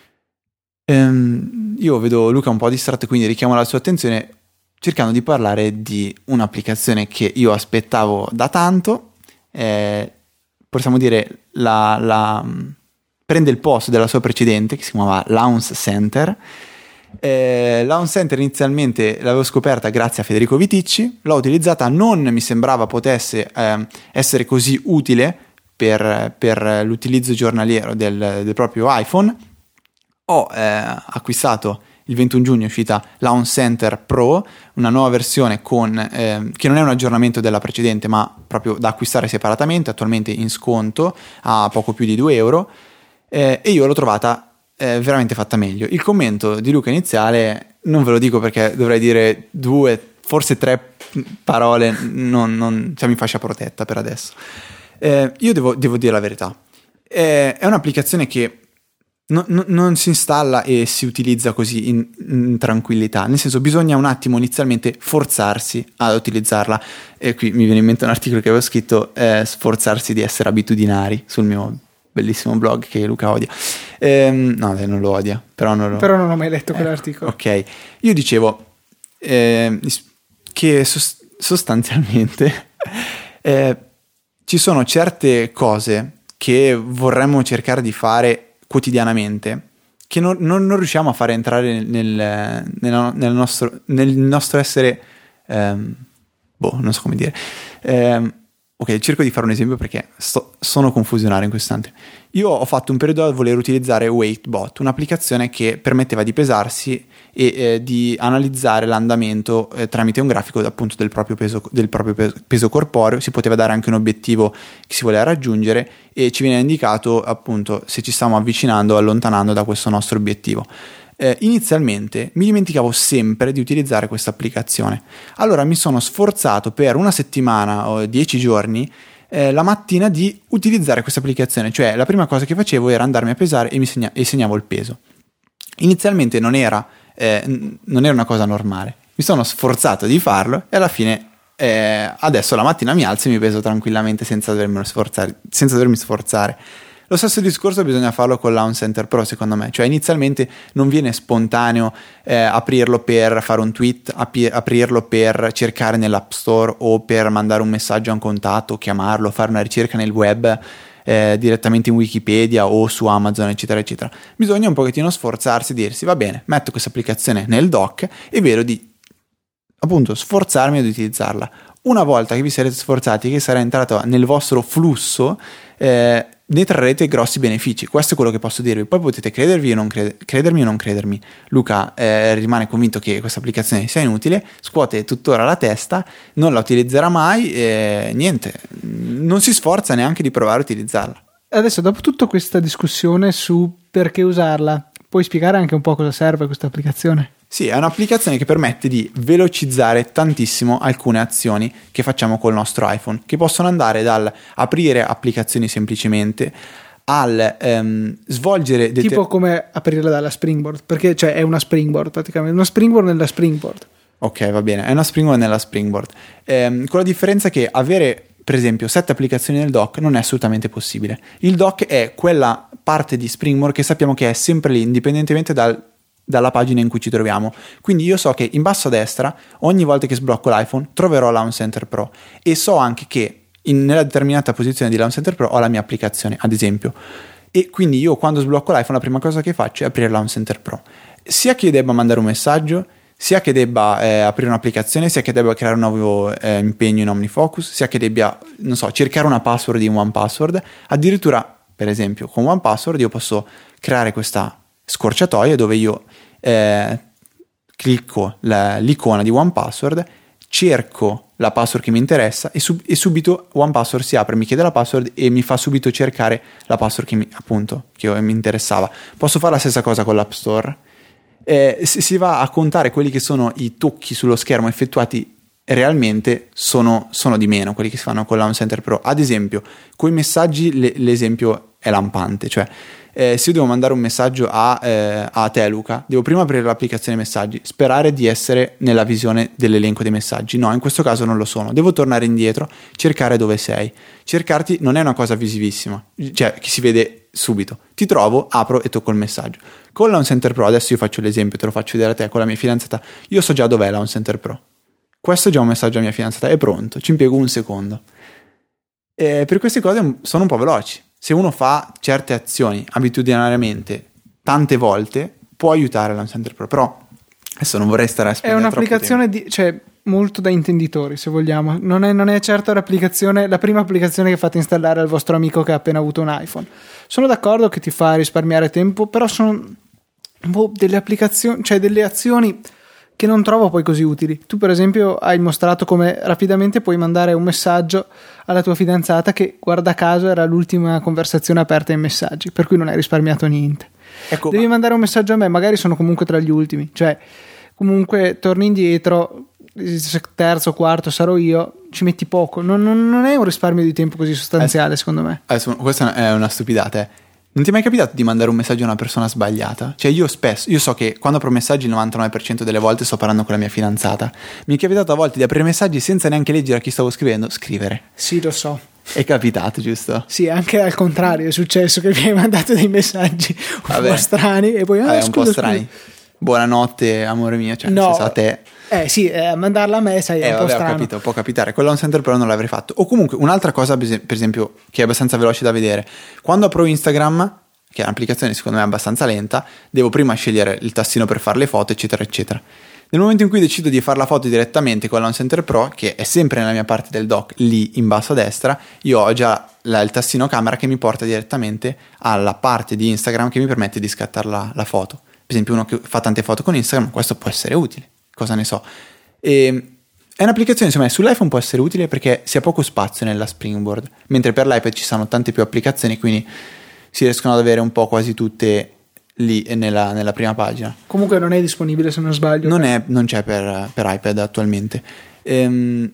[SPEAKER 2] Ehm, io vedo Luca un po' distratto, quindi richiamo la sua attenzione cercando di parlare di un'applicazione che io aspettavo da tanto, eh, possiamo dire la... la prende il posto della sua precedente che si chiamava Launch Center. Eh, Launch Center inizialmente l'avevo scoperta grazie a Federico Viticci, l'ho utilizzata, non mi sembrava potesse eh, essere così utile per, per l'utilizzo giornaliero del, del proprio iPhone. Ho eh, acquistato il ventuno giugno, è uscita Launch Center Pro, una nuova versione con, eh, che non è un aggiornamento della precedente ma proprio da acquistare separatamente, attualmente in sconto a poco più di due euro. Eh, e io l'ho trovata eh, veramente fatta meglio. Il commento di Luca iniziale non ve lo dico perché dovrei dire due, forse tre parole, non, non, cioè mi fascia protetta per adesso. Eh, io devo, devo dire la verità, eh, è un'applicazione che no, no, non si installa e si utilizza così in, in tranquillità, nel senso bisogna un attimo inizialmente forzarsi ad utilizzarla, e qui mi viene in mente un articolo che avevo scritto, eh, sforzarsi di essere abitudinari sul mio bellissimo blog che Luca odia. Ehm, no, lei non lo odia, però non, lo...
[SPEAKER 1] però non ho mai letto
[SPEAKER 2] eh,
[SPEAKER 1] quell'articolo.
[SPEAKER 2] Ok, io dicevo eh, che sost- sostanzialmente eh, ci sono certe cose che vorremmo cercare di fare quotidianamente che non, non, non riusciamo a fare entrare nel, nel, nel, nostro, nel nostro essere ehm, boh, non so come dire. ehm, Ok, cerco di fare un esempio perché sto, sono confusionario in questo istante. Io ho fatto un periodo a voler utilizzare Weightbot, un'applicazione che permetteva di pesarsi e eh, di analizzare l'andamento eh, tramite un grafico appunto del proprio, peso, del proprio peso, peso corporeo. Si poteva dare anche un obiettivo che si voleva raggiungere e ci viene indicato appunto se ci stiamo avvicinando o allontanando da questo nostro obiettivo. Eh, inizialmente mi dimenticavo sempre di utilizzare questa applicazione, allora mi sono sforzato per una settimana o dieci giorni eh, la mattina di utilizzare questa applicazione, cioè la prima cosa che facevo era andarmi a pesare e mi segna- e segnavo il peso. Inizialmente non era, eh, n- non era una cosa normale, mi sono sforzato di farlo e alla fine eh, adesso la mattina mi alzo e mi peso tranquillamente senza dovermi sforzare, senza dovermi sforzare. Lo stesso discorso bisogna farlo con Launch Center Pro, secondo me, cioè inizialmente non viene spontaneo eh, aprirlo per fare un tweet, api- aprirlo per cercare nell'App Store o per mandare un messaggio a un contatto, chiamarlo, fare una ricerca nel web eh, direttamente in Wikipedia o su Amazon, eccetera, eccetera. Bisogna un pochettino sforzarsi e dirsi, va bene, metto questa applicazione nel dock e vedo di, appunto, sforzarmi ad utilizzarla. Una volta che vi sarete sforzati, che sarà entrato nel vostro flusso, eh, ne trarrete grossi benefici. Questo è quello che posso dirvi. Poi potete credervi o non creder- credermi o non credermi. Luca eh, rimane convinto che questa applicazione sia inutile, scuote tuttora la testa, non la utilizzerà mai e niente, non si sforza neanche di provare a utilizzarla.
[SPEAKER 1] Adesso, dopo tutta questa discussione su perché usarla, puoi spiegare anche un po' cosa serve questa applicazione?
[SPEAKER 2] Sì, è un'applicazione che permette di velocizzare tantissimo alcune azioni che facciamo col nostro iPhone, che possono andare dal aprire applicazioni semplicemente al ehm, svolgere
[SPEAKER 1] tipo deter- come aprirla dalla Springboard, perché cioè è una Springboard praticamente, una Springboard nella Springboard.
[SPEAKER 2] Ok, va bene, è una Springboard nella Springboard, ehm, con la differenza che avere per esempio sette applicazioni nel dock non è assolutamente possibile. Il dock è quella parte di Springboard che sappiamo che è sempre lì, indipendentemente dal dalla pagina in cui ci troviamo. Quindi io so che in basso a destra, ogni volta che sblocco l'iPhone, troverò Launch Center Pro, e so anche che in, nella determinata posizione di Launch Center Pro ho la mia applicazione, ad esempio. E quindi io quando sblocco l'iPhone la prima cosa che faccio è aprire Launch Center Pro. Sia che io debba mandare un messaggio, sia che debba eh, aprire un'applicazione, sia che debba creare un nuovo eh, impegno in OmniFocus, sia che debba, non so, cercare una password in OnePassword. Addirittura, per esempio, con OnePassword io posso creare questa scorciatoia dove io eh, clicco la, l'icona di OnePassword, cerco la password che mi interessa e, sub- e subito OnePassword si apre, mi chiede la password e mi fa subito cercare la password che mi, appunto, che mi interessava. Posso fare la stessa cosa con l'App Store. Eh, si va a contare quelli che sono i tocchi sullo schermo effettuati realmente, sono, sono di meno quelli che si fanno con Launch Center Pro. Ad esempio, con i messaggi le, l'esempio è lampante, cioè eh, se io devo mandare un messaggio a, eh, a te Luca, devo prima aprire l'applicazione messaggi, sperare di essere nella visione dell'elenco dei messaggi. No, in questo caso non lo sono, devo tornare indietro, cercare dove sei. Cercarti non è una cosa visivissima, cioè che si vede subito. Ti trovo, apro e tocco il messaggio. Con Launch Center Pro, adesso io faccio l'esempio, te lo faccio vedere a te con la mia fidanzata, io so già dov'è Launch Center Pro. Questo è già un messaggio alla mia fidanzata, è pronto, ci impiego un secondo. E per queste cose sono un po' veloci. Se uno fa certe azioni abitudinariamente tante volte, può aiutare Launch Center Pro, però adesso non vorrei stare a spiegare.
[SPEAKER 1] È un'applicazione di, cioè, molto da intenditori, se vogliamo. Non è, non è certo l'applicazione, la prima applicazione che fate installare al vostro amico che ha appena avuto un iPhone. Sono d'accordo che ti fa risparmiare tempo, però sono boh, delle applicazioni, cioè delle azioni che non trovo poi così utili. Tu per esempio hai mostrato come rapidamente puoi mandare un messaggio alla tua fidanzata che guarda caso era l'ultima conversazione aperta in messaggi, per cui non hai risparmiato niente. Ecco, devi ma... mandare un messaggio a me, magari sono comunque tra gli ultimi, cioè comunque torni indietro, terzo, quarto sarò io, ci metti poco, non, non, non è un risparmio di tempo così sostanziale eh, secondo me.
[SPEAKER 2] Adesso, questa è una stupidata, eh. Non ti è mai capitato di mandare un messaggio a una persona sbagliata? Cioè io spesso, io so che quando apro messaggi il novantanove per cento delle volte sto parlando con la mia fidanzata. Mi è capitato a volte di aprire messaggi senza neanche leggere a chi stavo scrivendo, scrivere.
[SPEAKER 1] Sì, lo so.
[SPEAKER 2] È capitato, giusto?
[SPEAKER 1] Sì, anche al contrario è successo che mi hai mandato dei messaggi un
[SPEAKER 2] Vabbè.
[SPEAKER 1] po' strani e poi... Ah,
[SPEAKER 2] Vabbè,
[SPEAKER 1] scusa,
[SPEAKER 2] un po' strani.
[SPEAKER 1] Scusa.
[SPEAKER 2] Buonanotte, amore mio, cioè
[SPEAKER 1] no.
[SPEAKER 2] se sa a te...
[SPEAKER 1] Eh sì, eh, mandarla a me sai è
[SPEAKER 2] eh,
[SPEAKER 1] un
[SPEAKER 2] vabbè,
[SPEAKER 1] po' strano.
[SPEAKER 2] Ho capito, può capitare. Con Launch Center però non l'avrei fatto. O comunque un'altra cosa, per esempio, che è abbastanza veloce da vedere. Quando apro Instagram, che è un'applicazione secondo me abbastanza lenta, devo prima scegliere il tastino per fare le foto, eccetera, eccetera. Nel momento in cui decido di fare la foto direttamente con Launch Center Pro, che è sempre nella mia parte del dock, lì in basso a destra, io ho già la, il tastino camera che mi porta direttamente alla parte di Instagram che mi permette di scattare la, la foto. Per esempio uno che fa tante foto con Instagram, questo può essere utile, cosa ne so. E è un'applicazione, secondo me, sull'iPhone può essere utile perché si ha poco spazio nella Springboard, mentre per l'iPad ci sono tante più applicazioni, quindi si riescono ad avere un po' quasi tutte lì nella, nella prima pagina.
[SPEAKER 1] Comunque non è disponibile, se non sbaglio.
[SPEAKER 2] Non, è, non c'è per, per iPad attualmente. Ehm,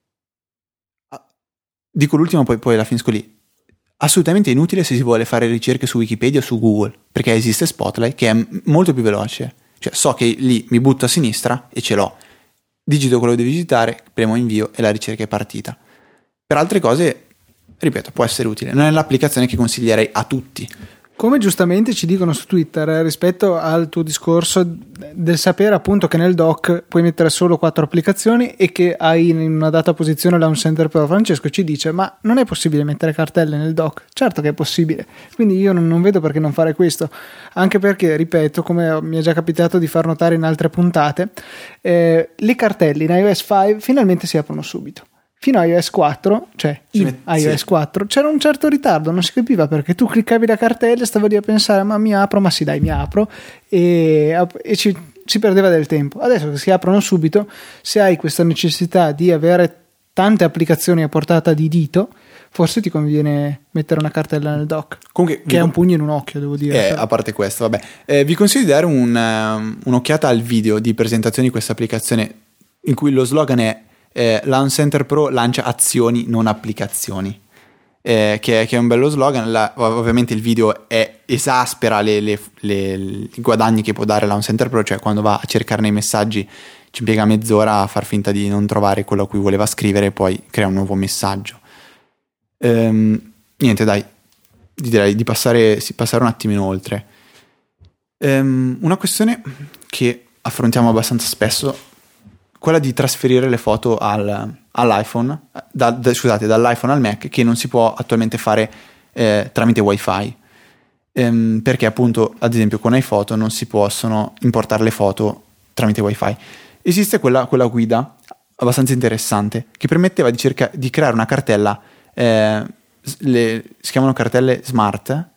[SPEAKER 2] dico l'ultimo, poi, poi la finisco lì. Assolutamente inutile se si vuole fare ricerche su Wikipedia o su Google, perché esiste Spotlight che è molto più veloce. Cioè so che lì mi butto a sinistra e ce l'ho. Digito quello che devo digitare, premo invio e la ricerca è partita. Per altre cose, ripeto, può essere utile. Non è l'applicazione che consiglierei a tutti.
[SPEAKER 1] Come giustamente ci dicono su Twitter, eh, rispetto al tuo discorso del sapere appunto che nel dock puoi mettere solo quattro applicazioni e che hai in una data posizione Launch Center Pro, Francesco ci dice ma non è possibile mettere cartelle nel dock? Certo che è possibile, quindi io non, non vedo perché non fare questo, anche perché, ripeto, come mi è già capitato di far notare in altre puntate, eh, le cartelle in iOS cinque finalmente si aprono subito. Fino a iOS quattro, cioè in met- iOS sì. quattro, c'era un certo ritardo, non si capiva perché tu cliccavi la cartella e stavi lì a pensare ma mi apro, ma sì dai mi apro e, e ci, si perdeva del tempo. Adesso che si aprono subito, se hai questa necessità di avere tante applicazioni a portata di dito, forse ti conviene mettere una cartella nel dock. Comunque, che è un pugno in un occhio, devo dire.
[SPEAKER 2] Eh, a parte questo, vabbè, eh, vi consiglio di dare un, um, un'occhiata al video di presentazione di questa applicazione in cui lo slogan è Eh, Launch Center Pro lancia azioni, non applicazioni, eh, che, è, che è un bello slogan. La, ovviamente il video è, esaspera le, le, le, i guadagni che può dare Launch Center Pro, cioè quando va a cercare nei messaggi ci impiega mezz'ora a far finta di non trovare quello a cui voleva scrivere e poi crea un nuovo messaggio. Ehm, niente dai, direi di passare, sì, passare un attimino oltre. Um, una questione che affrontiamo abbastanza spesso, quella di trasferire le foto al, all'iPhone, da, da, scusate, dall'iPhone al Mac, che non si può attualmente fare eh, tramite Wi-Fi, um, perché appunto, ad esempio, con iPhoto non si possono importare le foto tramite Wi-Fi. Esiste quella, quella guida abbastanza interessante che permetteva di, cerca, di creare una cartella, eh, le, si chiamano cartelle smart,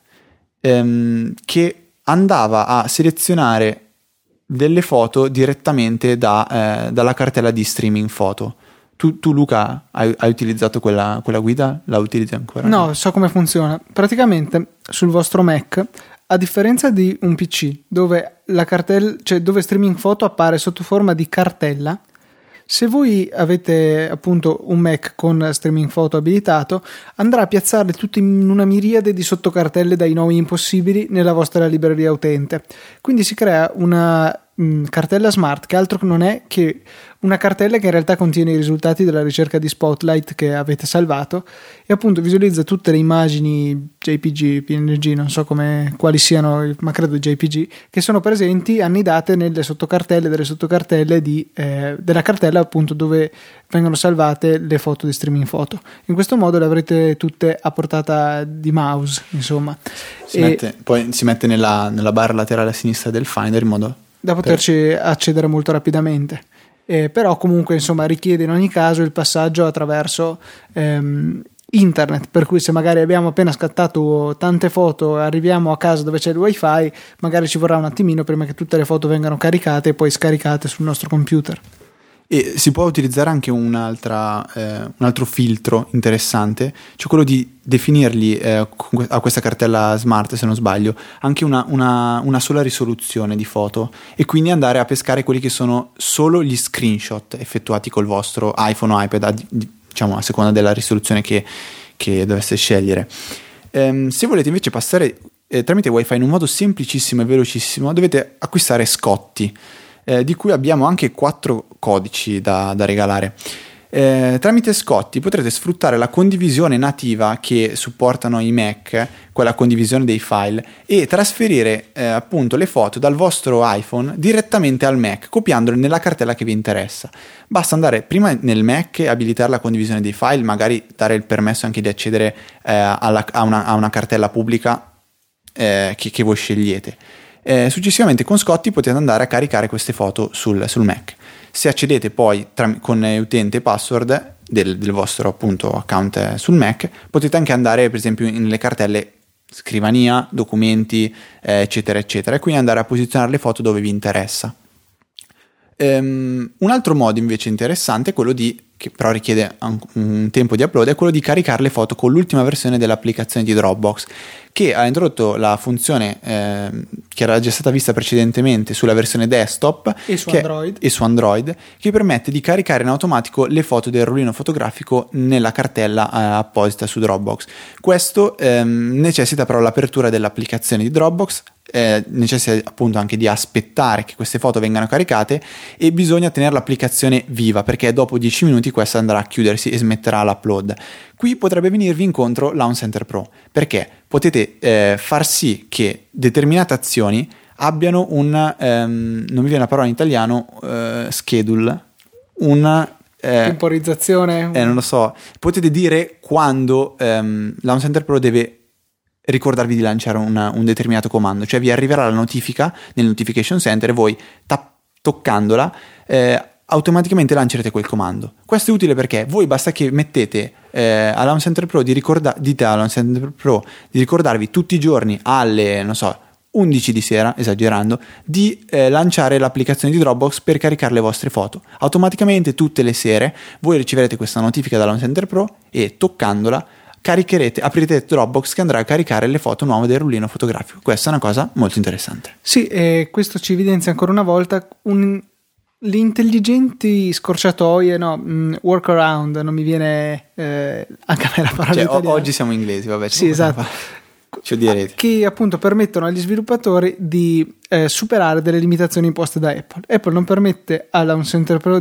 [SPEAKER 2] ehm, che andava a selezionare delle foto direttamente da, eh, dalla cartella di streaming foto. Tu, tu Luca, hai, hai utilizzato quella, quella guida? La utilizzi ancora?
[SPEAKER 1] No, so come funziona. Praticamente sul vostro Mac, a differenza di un P C dove la cartella, cioè dove streaming foto appare sotto forma di cartella, se voi avete appunto un Mac con streaming foto abilitato, andrà a piazzarle tutte in una miriade di sottocartelle dai nomi impossibili nella vostra libreria utente. Quindi si crea una mh, cartella smart, che altro non è che una cartella che in realtà contiene i risultati della ricerca di Spotlight che avete salvato e appunto visualizza tutte le immagini J P G, P N G, non so come, quali siano, ma credo J P G, che sono presenti annidate nelle sottocartelle delle sottocartelle di, eh, della cartella appunto dove vengono salvate le foto di streaming foto. In questo modo le avrete tutte a portata di mouse, insomma.
[SPEAKER 2] Si
[SPEAKER 1] e
[SPEAKER 2] mette, poi si mette nella, nella barra laterale a sinistra del Finder in modo
[SPEAKER 1] da poterci per... accedere molto rapidamente. Eh, però comunque insomma richiede in ogni caso il passaggio attraverso ehm, internet, per cui se magari abbiamo appena scattato tante foto e arriviamo a casa dove c'è il wifi, magari ci vorrà un attimino prima che tutte le foto vengano caricate e poi scaricate sul nostro computer.
[SPEAKER 2] E si può utilizzare anche un'altra, eh, un altro filtro interessante, cioè quello di definirgli eh, a questa cartella smart, se non sbaglio, anche una, una, una sola risoluzione di foto e quindi andare a pescare quelli che sono solo gli screenshot effettuati col vostro iPhone o iPad, a, diciamo a seconda della risoluzione che, che doveste scegliere. Ehm, se volete invece passare eh, tramite Wi-Fi in un modo semplicissimo e velocissimo, dovete acquistare Scotty, Eh, di cui abbiamo anche quattro codici da, da regalare. Eh, tramite Scotty potrete sfruttare la condivisione nativa che supportano i Mac, quella condivisione dei file, e trasferire eh, appunto le foto dal vostro iPhone direttamente al Mac, copiandole nella cartella che vi interessa. Basta andare prima nel Mac e abilitare la condivisione dei file, magari dare il permesso anche di accedere eh, alla, a, una, a una cartella pubblica eh, che, che voi scegliete. Eh, successivamente con Scotty potete andare a caricare queste foto sul, sul Mac. Se accedete poi tra, con utente e password del, del vostro appunto account sul Mac, potete anche andare per esempio nelle cartelle scrivania, documenti, eh, eccetera eccetera, e quindi andare a posizionare le foto dove vi interessa. Um, un altro modo invece interessante è quello di, che però richiede un tempo di upload, è quello di caricare le foto con l'ultima versione dell'applicazione di Dropbox, che ha introdotto la funzione eh, che era già stata vista precedentemente sulla versione desktop
[SPEAKER 1] e su,
[SPEAKER 2] che,
[SPEAKER 1] Android.
[SPEAKER 2] e su Android, che permette di caricare in automatico le foto del rullino fotografico nella cartella eh, apposita su Dropbox. Questo ehm, necessita però l'apertura dell'applicazione di Dropbox, eh, necessita appunto anche di aspettare che queste foto vengano caricate e bisogna tenere l'applicazione viva, perché dopo dieci minuti questa andrà a chiudersi e smetterà l'upload. Qui potrebbe venirvi incontro Launch Center Pro, perché potete eh, far sì che determinate azioni abbiano un, ehm, non mi viene la parola in italiano, eh, schedule, una eh,
[SPEAKER 1] temporizzazione,
[SPEAKER 2] eh, non lo so, potete dire quando ehm, Launch Center Pro deve ricordarvi di lanciare una, un determinato comando, cioè vi arriverà la notifica nel Notification Center e voi tap- toccandola eh, automaticamente lancerete quel comando. Questo è utile perché voi basta che mettete eh, a Launch Center Pro di ricorda- dite a Launch Center Pro di ricordarvi tutti i giorni alle, non so, undici di sera, esagerando, di eh, lanciare l'applicazione di Dropbox per caricare le vostre foto. Automaticamente tutte le sere voi riceverete questa notifica da Launch Center Pro e toccandola caricherete, aprirete Dropbox che andrà a caricare le foto nuove del rullino fotografico. Questa è una cosa molto interessante.
[SPEAKER 1] Sì, e questo ci evidenzia ancora una volta un le intelligenti scorciatoie, no, mh, workaround, non mi viene eh, anche a me la parola
[SPEAKER 2] cioè,
[SPEAKER 1] italiana.
[SPEAKER 2] Oggi siamo inglesi, vabbè.
[SPEAKER 1] Sì, esatto.
[SPEAKER 2] Ci direte.
[SPEAKER 1] Che appunto permettono agli sviluppatori di eh, superare delle limitazioni imposte da Apple. Apple non permette alla Launch Center Pro di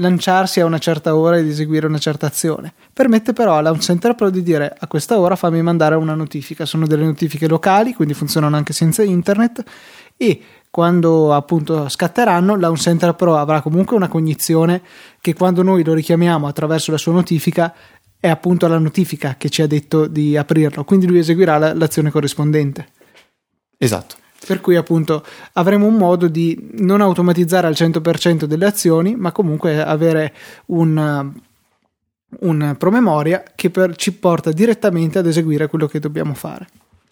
[SPEAKER 1] lanciarsi a una certa ora ed eseguire una certa azione. Permette però alla Launch Center Pro di dire a questa ora fammi mandare una notifica. Sono delle notifiche locali, quindi funzionano anche senza internet, e quando appunto scatteranno, Launch Center Pro avrà comunque una cognizione che quando noi lo richiamiamo attraverso la sua notifica è appunto la notifica che ci ha detto di aprirlo, quindi lui eseguirà la, l'azione corrispondente.
[SPEAKER 2] Esatto.
[SPEAKER 1] Per cui appunto avremo un modo di non automatizzare al cento per cento delle azioni, ma comunque avere un, un promemoria che per, ci porta direttamente ad eseguire quello che dobbiamo fare.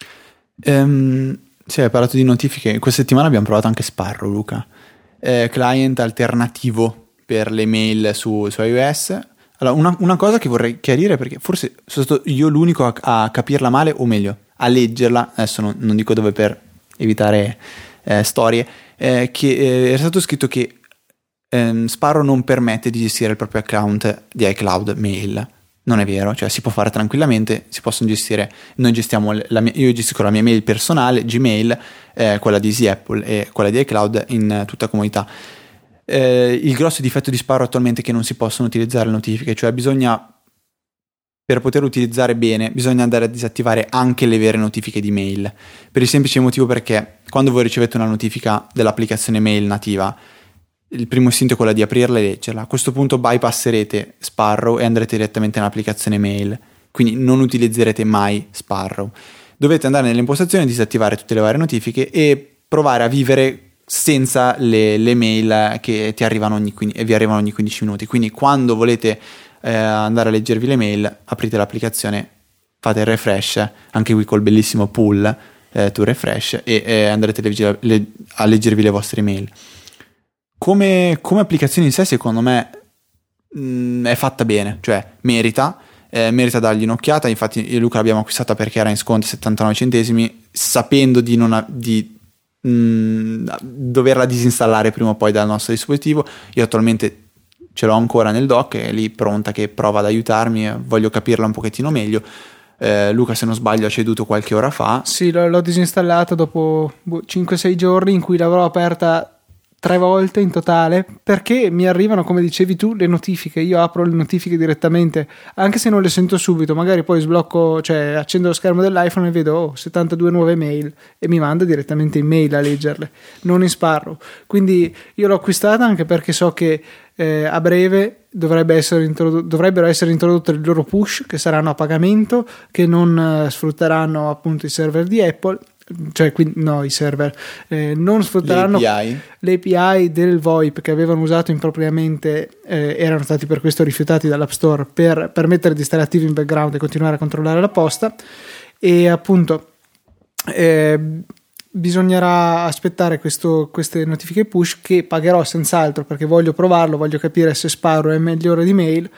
[SPEAKER 2] Um, sì, hai parlato di notifiche. Questa settimana abbiamo provato anche Sparrow, Luca, eh, client alternativo per le mail su, su iOS. Allora, una, una cosa che vorrei chiarire, perché forse sono stato io l'unico a, a capirla male, o meglio, a leggerla, adesso non, non dico dove per evitare eh, storie, eh, che eh, era stato scritto che ehm, Sparrow non permette di gestire il proprio account di iCloud Mail. Non è vero, cioè si può fare tranquillamente, si possono gestire, noi gestiamo la mia, io gestisco la mia mail personale, Gmail, eh, quella di Easy Apple e quella di iCloud in tutta comunità. Eh, il grosso difetto di Sparrow attualmente è che non si possono utilizzare le notifiche, cioè bisogna, per poter utilizzare bene, bisogna andare a disattivare anche le vere notifiche di mail, per il semplice motivo perché quando voi ricevete una notifica dell'applicazione mail nativa, il primo istinto è quello di aprirla e leggerla. A questo punto bypasserete Sparrow e andrete direttamente nell'applicazione mail, quindi non utilizzerete mai Sparrow. Dovete andare nelle impostazioni, disattivare tutte le varie notifiche e provare a vivere senza le, le mail che ti arrivano ogni, vi arrivano ogni quindici minuti. Quindi quando volete eh, andare a leggervi le mail, aprite l'applicazione, fate il refresh, anche qui col bellissimo pull eh, to refresh, e eh, andrete le, le, a leggervi le vostre mail. Come, come applicazione in sé, secondo me mh, è fatta bene, cioè merita, eh, merita dargli un'occhiata. Infatti io e Luca l'abbiamo acquistata perché era in sconto settantanove centesimi, sapendo di non ha, di mh, doverla disinstallare prima o poi dal nostro dispositivo. Io attualmente ce l'ho ancora nel dock, è lì pronta che prova ad aiutarmi, voglio capirla un pochettino meglio. Eh, Luca, se non sbaglio, ha ceduto qualche ora fa.
[SPEAKER 1] Sì, l'ho, l'ho disinstallata dopo cinque sei giorni in cui l'avrò aperta tre volte in totale, perché mi arrivano, come dicevi tu, le notifiche. Io apro le notifiche direttamente, anche se non le sento subito, magari poi sblocco, cioè accendo lo schermo dell'iPhone e vedo oh, settantadue nuove mail e mi manda direttamente in mail a leggerle, non in Sparrow. Quindi io l'ho acquistata anche perché so che eh, a breve dovrebbe essere introdotto, dovrebbero essere introdotte le loro push, che saranno a pagamento, che non eh, sfrutteranno appunto i server di Apple, cioè quindi no, i server eh, non sfrutteranno
[SPEAKER 2] le A P I.
[SPEAKER 1] le A P I del VoIP che avevano usato impropriamente, eh, erano stati per questo rifiutati dall'App Store per permettere di stare attivi in background e continuare a controllare la posta. E appunto eh, bisognerà aspettare questo, queste notifiche push, che pagherò senz'altro perché voglio provarlo, voglio capire se Sparrow è migliore di mail,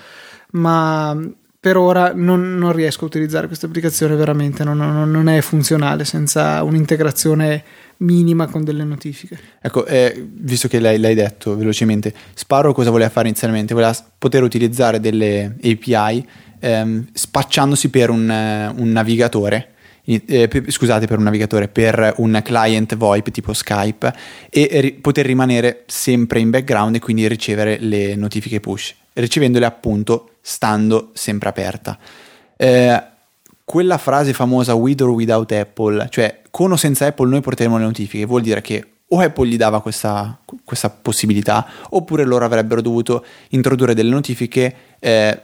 [SPEAKER 1] ma per ora non, non riesco a utilizzare questa applicazione, veramente non, non, non è funzionale senza un'integrazione minima con delle notifiche.
[SPEAKER 2] Ecco, eh, visto che l'hai, l'hai detto velocemente, Sparrow cosa voleva fare inizialmente? Voleva poter utilizzare delle A P I ehm, spacciandosi per un, un navigatore, eh, per, scusate, per un navigatore, per un client VoIP tipo Skype, e ri- poter rimanere sempre in background e quindi ricevere le notifiche push, ricevendole appunto stando sempre aperta. Eh, quella frase famosa with or without Apple, cioè con o senza Apple noi porteremo le notifiche, vuol dire che o Apple gli dava questa, questa possibilità, oppure loro avrebbero dovuto introdurre delle notifiche eh,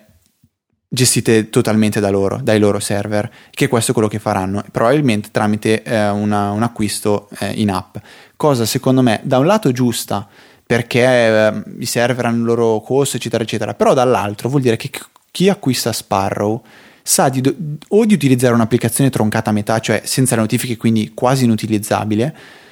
[SPEAKER 2] gestite totalmente da loro, dai loro server, che questo è quello che faranno, probabilmente tramite eh, una, un acquisto eh, in app, cosa secondo me da un lato giusta, perché eh, i server hanno il loro costo eccetera eccetera, però dall'altro vuol dire che chi acquista Sparrow sa di do- o di utilizzare un'applicazione troncata a metà, cioè senza le notifiche, quindi quasi inutilizzabile,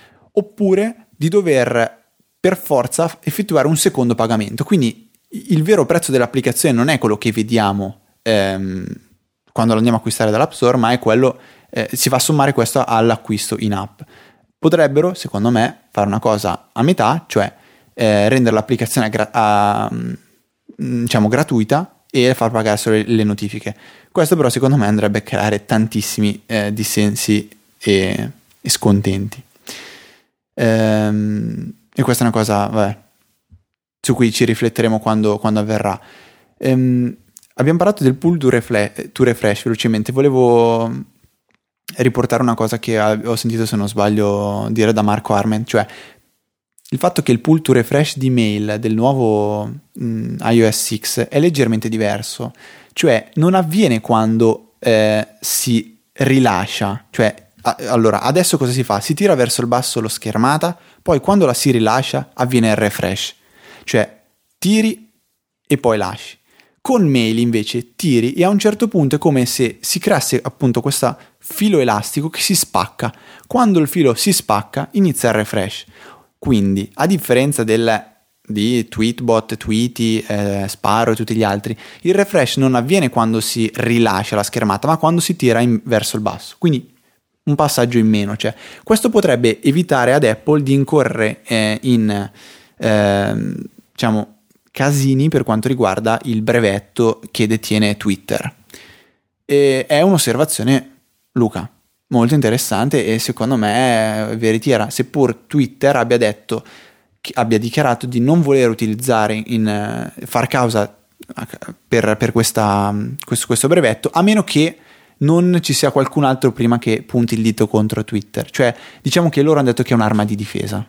[SPEAKER 2] oppure di dover per forza effettuare un secondo pagamento. Quindi il vero prezzo dell'applicazione non è quello che vediamo ehm, quando lo andiamo a acquistare dall'App Store, ma è quello, eh, si va a sommare questo all'acquisto in app. Potrebbero, secondo me, fare una cosa a metà, cioè eh, rendere l'applicazione gra- a, diciamo gratuita e far pagare solo le, le notifiche. Questo però secondo me andrebbe a creare tantissimi eh, dissensi e, e scontenti. Ehm, e questa è una cosa, vabbè, su cui ci rifletteremo quando, quando avverrà. Ehm, abbiamo parlato del pull to refresh, to refresh velocemente. Volevo riportare una cosa che ho sentito, se non sbaglio, dire da Marco Arment, cioè il fatto che il pull to refresh di mail del nuovo mh, iOS sei è leggermente diverso, cioè non avviene quando eh, si rilascia, cioè a- allora adesso cosa si fa? Si tira verso il basso lo schermata, poi quando la si rilascia avviene il refresh, cioè tiri e poi lasci. Con mail invece tiri e a un certo punto è come se si creasse appunto questo filo elastico che si spacca. Quando il filo si spacca inizia il refresh. Quindi a differenza del, di Tweetbot, Tweety, eh, Sparrow e tutti gli altri, il refresh non avviene quando si rilascia la schermata ma quando si tira in, verso il basso. Quindi un passaggio in meno. Cioè, questo potrebbe evitare ad Apple di incorrere eh, in eh, diciamo casini per quanto riguarda il brevetto che detiene Twitter. E è un'osservazione, Luca, molto interessante e secondo me è veritiera, seppur Twitter abbia detto, abbia dichiarato di non voler utilizzare in uh, far causa per, per questa, questo, questo brevetto, a meno che non ci sia qualcun altro prima che punti il dito contro Twitter. Cioè, diciamo che loro hanno detto che è un'arma di difesa.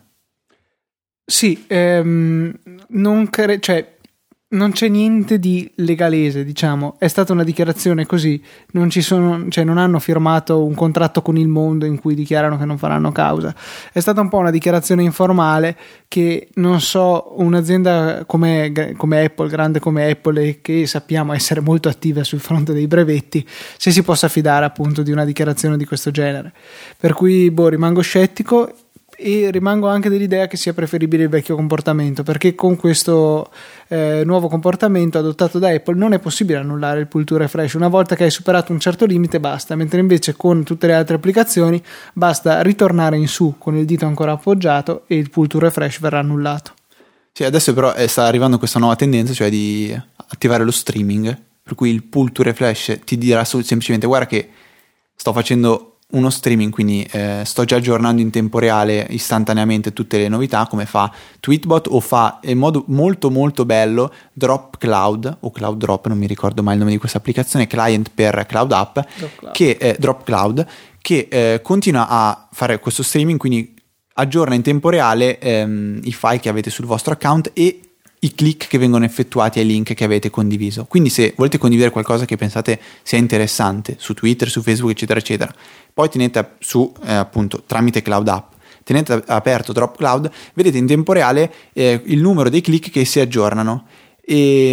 [SPEAKER 1] Sì, ehm, non, cre- cioè, non c'è niente di legalese, diciamo. È stata una dichiarazione così, non ci sono, cioè non hanno firmato un contratto con il mondo in cui dichiarano che non faranno causa. È stata un po' una dichiarazione informale che non so, un'azienda come, come Apple, grande come Apple e che sappiamo essere molto attiva sul fronte dei brevetti, se si possa fidare appunto di una dichiarazione di questo genere. Per cui boh, rimango scettico. E rimango anche dell'idea che sia preferibile il vecchio comportamento, perché con questo eh, nuovo comportamento adottato da Apple non è possibile annullare il pull to refresh. Una volta che hai superato un certo limite basta, mentre invece con tutte le altre applicazioni basta ritornare in su con il dito ancora appoggiato e il pull to refresh verrà annullato.
[SPEAKER 2] Sì, adesso però eh, sta arrivando questa nuova tendenza, cioè di attivare lo streaming, per cui il pull to refresh ti dirà semplicemente guarda che sto facendo uno streaming, quindi eh, sto già aggiornando in tempo reale istantaneamente tutte le novità, come fa Tweetbot, o fa in modo molto molto bello Drop Cloud o Cloud Drop, non mi ricordo mai il nome di questa applicazione, client per Cloud App, Drop Cloud. che è Drop Cloud, che eh, continua a fare questo streaming, quindi aggiorna in tempo reale ehm, i file che avete sul vostro account e i click che vengono effettuati ai link che avete condiviso. Quindi se volete condividere qualcosa che pensate sia interessante su Twitter, su Facebook eccetera eccetera, poi tenete su eh, appunto tramite Cloud App, tenete aperto Drop Cloud, vedete in tempo reale eh, il numero dei click che si aggiornano e,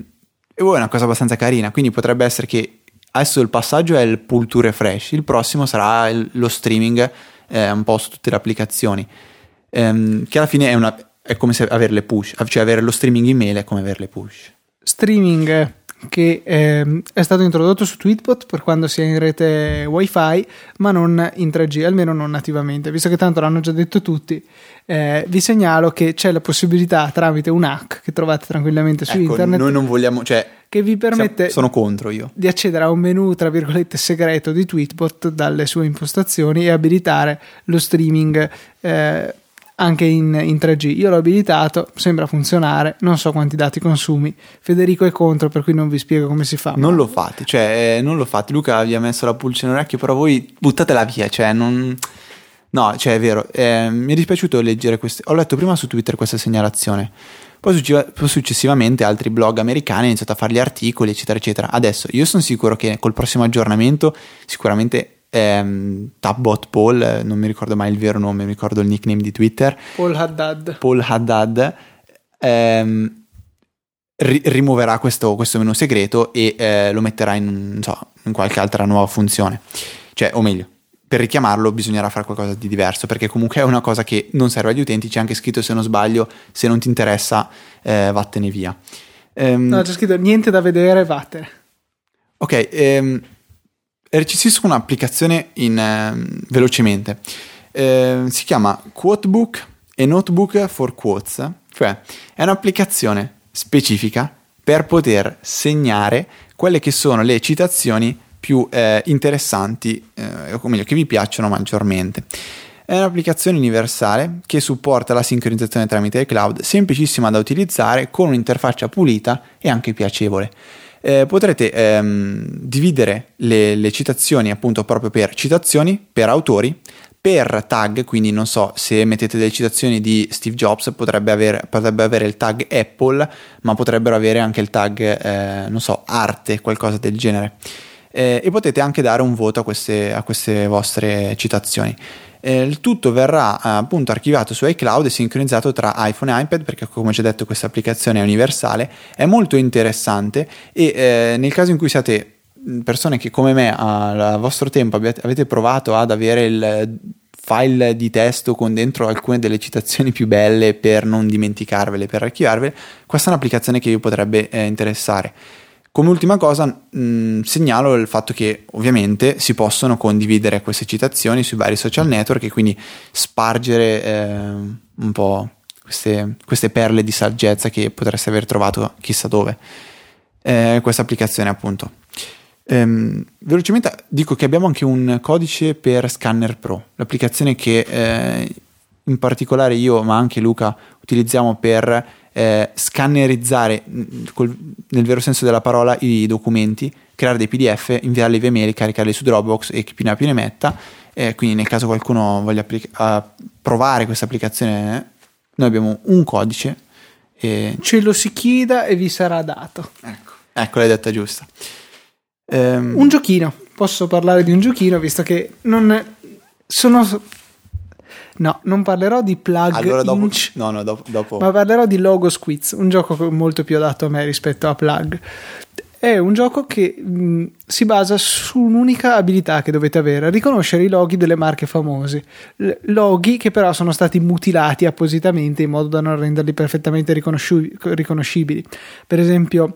[SPEAKER 2] e oh, è una cosa abbastanza carina. Quindi potrebbe essere che adesso il passaggio è il pull to refresh, il prossimo sarà il, lo streaming eh, un po' su tutte le applicazioni, ehm, che alla fine è una è come se avere le push, cioè avere lo streaming email è come avere le push.
[SPEAKER 1] Streaming che eh, è stato introdotto su Tweetbot per quando si è in rete wifi, ma non in tre G, almeno non nativamente. Visto che tanto l'hanno già detto tutti, eh, vi segnalo che c'è la possibilità tramite un hack che trovate tranquillamente su
[SPEAKER 2] ecco,
[SPEAKER 1] internet.
[SPEAKER 2] Noi non vogliamo, cioè
[SPEAKER 1] che vi permette
[SPEAKER 2] sono contro io
[SPEAKER 1] di accedere a un menu tra virgolette segreto di Tweetbot dalle sue impostazioni e abilitare lo streaming eh, anche in, in tre G. Io l'ho abilitato, sembra funzionare, non so quanti dati consumi. Federico è contro, per cui non vi spiego come si fa.
[SPEAKER 2] Non
[SPEAKER 1] ma...
[SPEAKER 2] lo fate, cioè eh, non lo fate. Luca vi ha messo la pulce in orecchio, però voi buttatela via, cioè non... No, cioè è vero, eh, mi è dispiaciuto leggere queste... Ho letto prima su Twitter questa segnalazione, poi, poi successivamente altri blog americani hanno iniziato a fare gli articoli, eccetera, eccetera. Adesso io sono sicuro che col prossimo aggiornamento sicuramente... Ehm, Tabbot Paul, eh, non mi ricordo mai il vero nome, mi ricordo il nickname di Twitter,
[SPEAKER 1] Paul Haddad
[SPEAKER 2] Paul Haddad ehm, ri- rimuoverà questo, questo menu segreto e eh, lo metterà in, non so, in qualche altra nuova funzione, cioè, o meglio, per richiamarlo bisognerà fare qualcosa di diverso, perché comunque è una cosa che non serve agli utenti. C'è anche scritto, se non sbaglio, se non ti interessa eh, vattene via. ehm,
[SPEAKER 1] no, c'è scritto niente da vedere, vattene.
[SPEAKER 2] Ok, ehm recensisco un'applicazione in, eh, velocemente, eh, si chiama Quotebook e Notebook for Quotes, cioè è un'applicazione specifica per poter segnare quelle che sono le citazioni più eh, interessanti, eh, o meglio che vi piacciono maggiormente. È un'applicazione universale che supporta la sincronizzazione tramite iCloud, semplicissima da utilizzare, con un'interfaccia pulita e anche piacevole. Eh, potrete ehm, dividere le, le citazioni appunto proprio per citazioni, per autori, per tag, quindi non so, se mettete delle citazioni di Steve Jobs potrebbe avere, potrebbe avere il tag Apple, ma potrebbero avere anche il tag, eh, non so, arte, qualcosa del genere. Eh, e potete anche dare un voto a queste, a queste vostre citazioni. Eh, il tutto verrà eh, appunto archiviato su iCloud e sincronizzato tra iPhone e iPad, perché come ci ho detto questa applicazione è universale, è molto interessante e eh, nel caso in cui siate persone che come me al vostro tempo abbiate, avete provato ad avere il file di testo con dentro alcune delle citazioni più belle per non dimenticarvele, per archivarvele, questa è un'applicazione che vi potrebbe eh, interessare. Come ultima cosa mh, segnalo il fatto che ovviamente si possono condividere queste citazioni sui vari social network e quindi spargere eh, un po' queste, queste perle di saggezza che potreste aver trovato chissà dove. Eh, questa applicazione appunto. Ehm, velocemente dico che abbiamo anche un codice per Scanner Pro, l'applicazione che eh, in particolare io ma anche Luca utilizziamo per eh, scannerizzare col, nel vero senso della parola i documenti, creare dei P D F, inviarli via mail, caricarli su Dropbox e chi più ne ha più ne metta. Eh, quindi nel caso qualcuno voglia applic- uh, provare questa applicazione, eh, noi abbiamo un codice e...
[SPEAKER 1] ce lo si chieda e vi sarà dato.
[SPEAKER 2] Ecco, ecco l'hai detta giusta. Um,
[SPEAKER 1] un giochino, posso parlare di un giochino visto che non sono no, non parlerò di Plug
[SPEAKER 2] allora dopo,
[SPEAKER 1] Inch,
[SPEAKER 2] no, no, dopo, dopo.
[SPEAKER 1] ma parlerò di Logos Quiz, un gioco molto più adatto a me rispetto a Plug. È un gioco che mh, si basa su un'unica abilità che dovete avere: riconoscere i loghi delle marche famose, L- loghi che però sono stati mutilati appositamente in modo da non renderli perfettamente riconosci- riconoscibili. Per esempio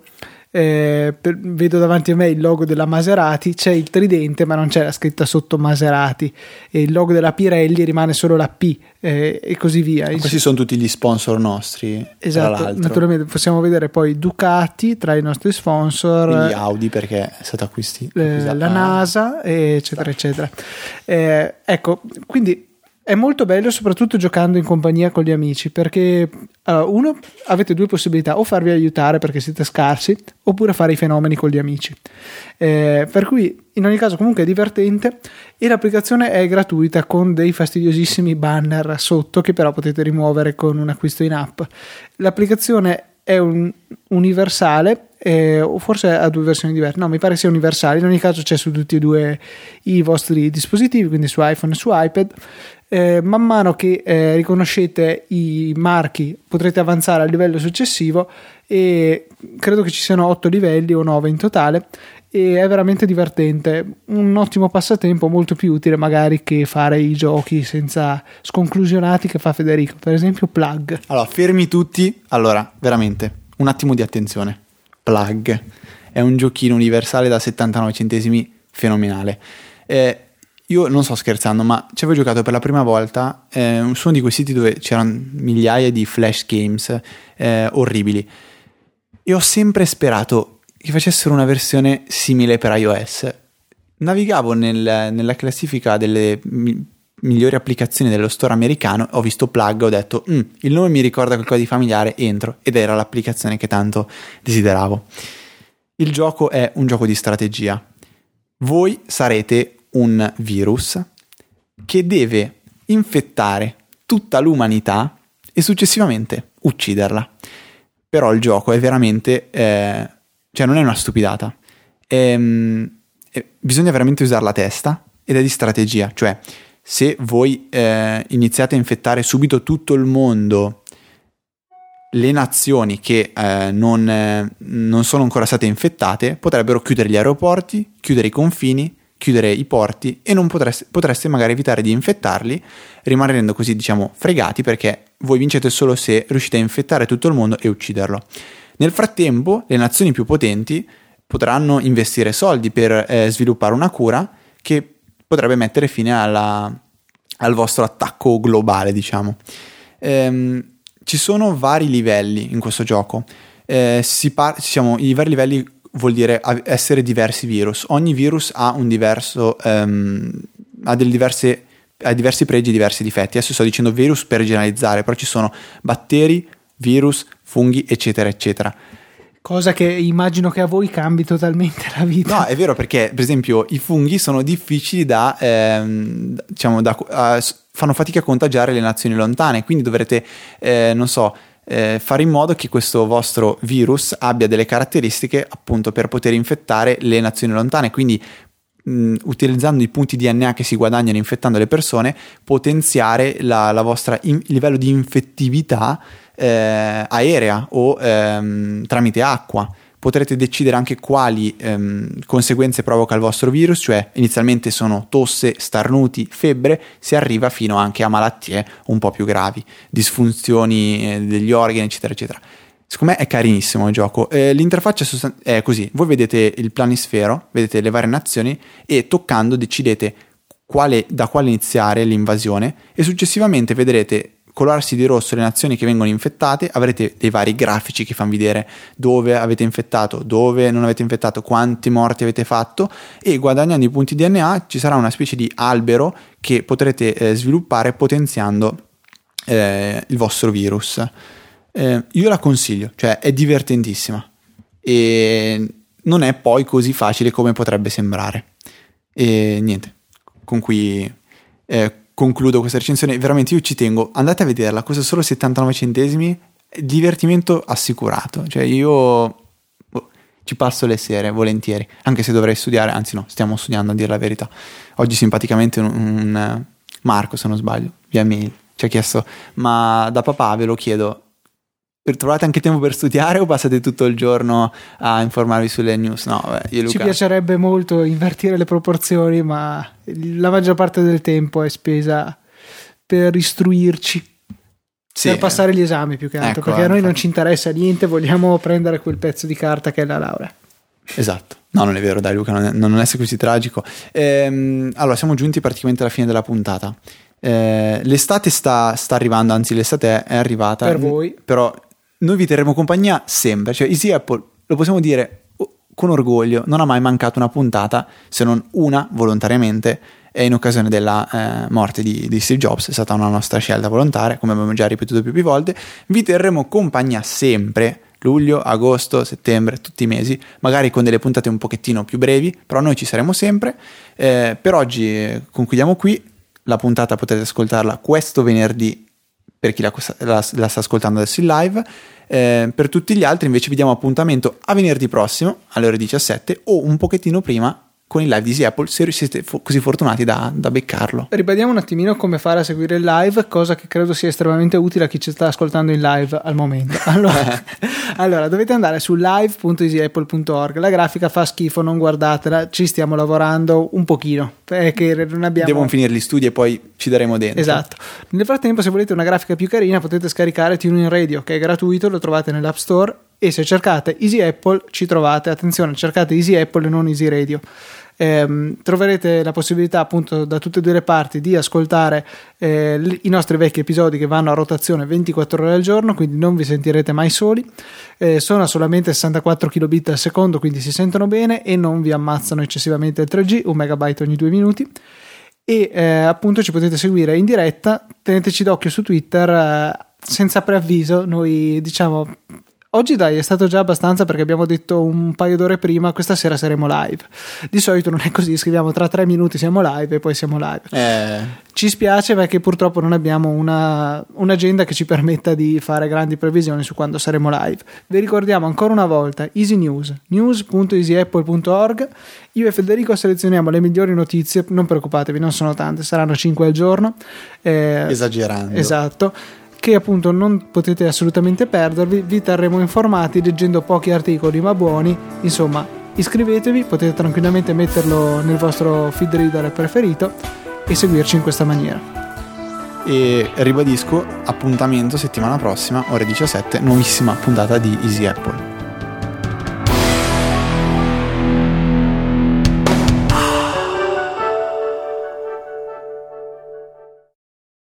[SPEAKER 1] Eh, per, vedo davanti a me il logo della Maserati, c'è il tridente ma non c'è la scritta sotto Maserati, e il logo della Pirelli rimane solo la P, eh, e così via.
[SPEAKER 2] Questi sono tutti gli sponsor nostri,
[SPEAKER 1] esatto,
[SPEAKER 2] tra l'altro.
[SPEAKER 1] Naturalmente possiamo vedere poi Ducati tra i nostri sponsor,
[SPEAKER 2] quindi Audi perché è stato acquistito,
[SPEAKER 1] eh, la NASA eccetera eccetera. Eh, ecco, quindi è molto bello soprattutto giocando in compagnia con gli amici, perché uh, uno, avete due possibilità: o farvi aiutare perché siete scarsi, oppure fare i fenomeni con gli amici. Eh, per cui in ogni caso comunque è divertente e l'applicazione è gratuita con dei fastidiosissimi banner sotto che però potete rimuovere con un acquisto in app. L'applicazione è un universale, eh, o forse ha due versioni diverse, no, mi pare sia universale. In ogni caso c'è su tutti e due i vostri dispositivi, quindi su iPhone e su iPad. Eh, man mano che eh, riconoscete i marchi potrete avanzare al livello successivo, e credo che ci siano otto livelli o nove in totale, e è veramente divertente, un ottimo passatempo, molto più utile magari che fare i giochi senza sconclusionati che fa Federico, per esempio Plug.
[SPEAKER 2] Allora, fermi tutti, allora veramente un attimo di attenzione. Plug è un giochino universale da settantanove centesimi fenomenale. eh, Io non sto scherzando, ma ci avevo giocato per la prima volta eh, su uno di quei siti dove c'erano migliaia di flash games eh, orribili, e ho sempre sperato che facessero una versione simile per iOS. Navigavo nel, nella classifica delle mi- migliori applicazioni dello store americano, ho visto Plug, ho detto mm, il nome mi ricorda qualcosa di familiare, entro, ed era l'applicazione che tanto desideravo. Il gioco è un gioco di strategia. Voi sarete un virus che deve infettare tutta l'umanità e successivamente ucciderla. Però il gioco è veramente eh, cioè non è una stupidata, è, è, bisogna veramente usare la testa ed è di strategia. Cioè se voi eh, iniziate a infettare subito tutto il mondo, le nazioni che eh, non, eh, non sono ancora state infettate potrebbero chiudere gli aeroporti, chiudere i confini, chiudere i porti, e non potreste, potreste magari evitare di infettarli, rimanendo così, diciamo, fregati, perché voi vincete solo se riuscite a infettare tutto il mondo e ucciderlo. Nel frattempo le nazioni più potenti potranno investire soldi per eh, sviluppare una cura che potrebbe mettere fine alla, al vostro attacco globale, diciamo. Ehm, ci sono vari livelli in questo gioco. Eh, si par- diciamo, i vari livelli vuol dire essere diversi virus. Ogni virus ha un diverso um, ha delle diverse ha diversi pregi e diversi difetti. Adesso sto dicendo virus per generalizzare, però ci sono batteri, virus, funghi, eccetera, eccetera.
[SPEAKER 1] Cosa che immagino che a voi cambi totalmente la vita.
[SPEAKER 2] No, è vero, perché per esempio i funghi sono difficili da, ehm, diciamo, da, uh, fanno fatica a contagiare le nazioni lontane, quindi dovrete, eh, non so, eh, fare in modo che questo vostro virus abbia delle caratteristiche appunto per poter infettare le nazioni lontane, quindi mh, utilizzando i punti D N A che si guadagnano infettando le persone, potenziare la, la vostra in, livello di infettività Eh, aerea o ehm, tramite acqua. Potrete decidere anche quali ehm, conseguenze provoca il vostro virus, cioè inizialmente sono tosse, starnuti, febbre, si arriva fino anche a malattie un po' più gravi, disfunzioni eh, degli organi, eccetera, eccetera. Secondo me è carinissimo il gioco. Eh, l'interfaccia è così: voi vedete il planisfero, vedete le varie nazioni e toccando decidete quale, da quale iniziare l'invasione, e successivamente vedrete colorarsi di rosso le nazioni che vengono infettate. Avrete dei vari grafici che fanno vedere dove avete infettato, dove non avete infettato, quanti morti avete fatto, e guadagnando i punti D N A ci sarà una specie di albero che potrete eh, sviluppare potenziando eh, il vostro virus. Eh, io la consiglio, cioè è divertentissima e non è poi così facile come potrebbe sembrare. E niente, con cui eh, concludo questa recensione. Veramente io ci tengo, andate a vederla, costa solo settantanove centesimi, divertimento assicurato, cioè io boh, ci passo le sere volentieri, anche se dovrei studiare, anzi no, stiamo studiando a dire la verità. Oggi simpaticamente un, un Marco, se non sbaglio, via mail ci ha chiesto: ma da papà ve lo chiedo, trovate anche tempo per studiare o passate tutto il giorno a informarvi sulle news? No, beh, io e Luca...
[SPEAKER 1] Ci piacerebbe molto invertire le proporzioni, ma la maggior parte del tempo è spesa per istruirci, sì, per passare gli esami più che altro, ecco, perché a noi infatti non ci interessa niente, vogliamo prendere quel pezzo di carta che è la laurea.
[SPEAKER 2] Esatto. No, non è vero, dai Luca, non, è, non essere così tragico. Ehm, allora, siamo giunti praticamente alla fine della puntata. Eh, l'estate sta, sta arrivando, anzi l'estate è arrivata.
[SPEAKER 1] Per voi.
[SPEAKER 2] Però noi vi terremo compagnia sempre, cioè Easy Apple, lo possiamo dire con orgoglio, non ha mai mancato una puntata, se non una volontariamente, e in occasione della eh, morte di, di Steve Jobs. È stata una nostra scelta volontaria, come abbiamo già ripetuto più, più volte. Vi terremo compagnia sempre, luglio, agosto, settembre, tutti i mesi, magari con delle puntate un pochettino più brevi, però noi ci saremo sempre. Eh, per oggi concludiamo qui, la puntata potete ascoltarla questo venerdì per chi la, la, la sta ascoltando adesso in live. Eh, per tutti gli altri invece vi diamo appuntamento a venerdì prossimo alle ore diciassette o un pochettino prima con il live di Easy Apple, se siete fo- così fortunati da, da beccarlo.
[SPEAKER 1] Ribadiamo un attimino come fare a seguire il live, cosa che credo sia estremamente utile a chi ci sta ascoltando in live al momento. Allora, allora dovete andare su live punto easy apple punto org. La grafica fa schifo, non guardatela, ci stiamo lavorando un pochino perché non abbiamo...
[SPEAKER 2] Devono finire gli studi e poi ci daremo dentro.
[SPEAKER 1] Esatto. Nel frattempo, se volete una grafica più carina, potete scaricare TuneIn Radio, che è gratuito, lo trovate nell'App Store, e se cercate Easy Apple ci trovate. Attenzione, cercate Easy Apple e non Easy Radio. Eh, troverete la possibilità appunto da tutte e due le parti di ascoltare eh, i nostri vecchi episodi che vanno a rotazione ventiquattro ore al giorno, quindi non vi sentirete mai soli. Eh, sono a solamente sessantaquattro kilobit al secondo, quindi si sentono bene e non vi ammazzano eccessivamente il tre G, un megabyte ogni due minuti. E eh, appunto ci potete seguire in diretta, teneteci d'occhio su Twitter, eh, senza preavviso. Noi diciamo oggi dai è stato già abbastanza, perché abbiamo detto un paio d'ore prima questa sera saremo live. Di solito non è così, scriviamo tra tre minuti siamo live e poi siamo live.
[SPEAKER 2] Eh.
[SPEAKER 1] Ci spiace perché purtroppo non abbiamo una, un'agenda che ci permetta di fare grandi previsioni su quando saremo live. Vi ricordiamo ancora una volta Easy News, news punto easy apple punto org. Io e Federico selezioniamo le migliori notizie, non preoccupatevi, non sono tante, saranno cinque al giorno. Eh,
[SPEAKER 2] Esagerando.
[SPEAKER 1] Esatto. Che appunto non potete assolutamente perdervi. Vi terremo informati leggendo pochi articoli ma buoni. Insomma, iscrivetevi, potete tranquillamente metterlo nel vostro feed reader preferito e seguirci in questa maniera.
[SPEAKER 2] E ribadisco, appuntamento settimana prossima ore diciassette, nuovissima puntata di Easy Apple.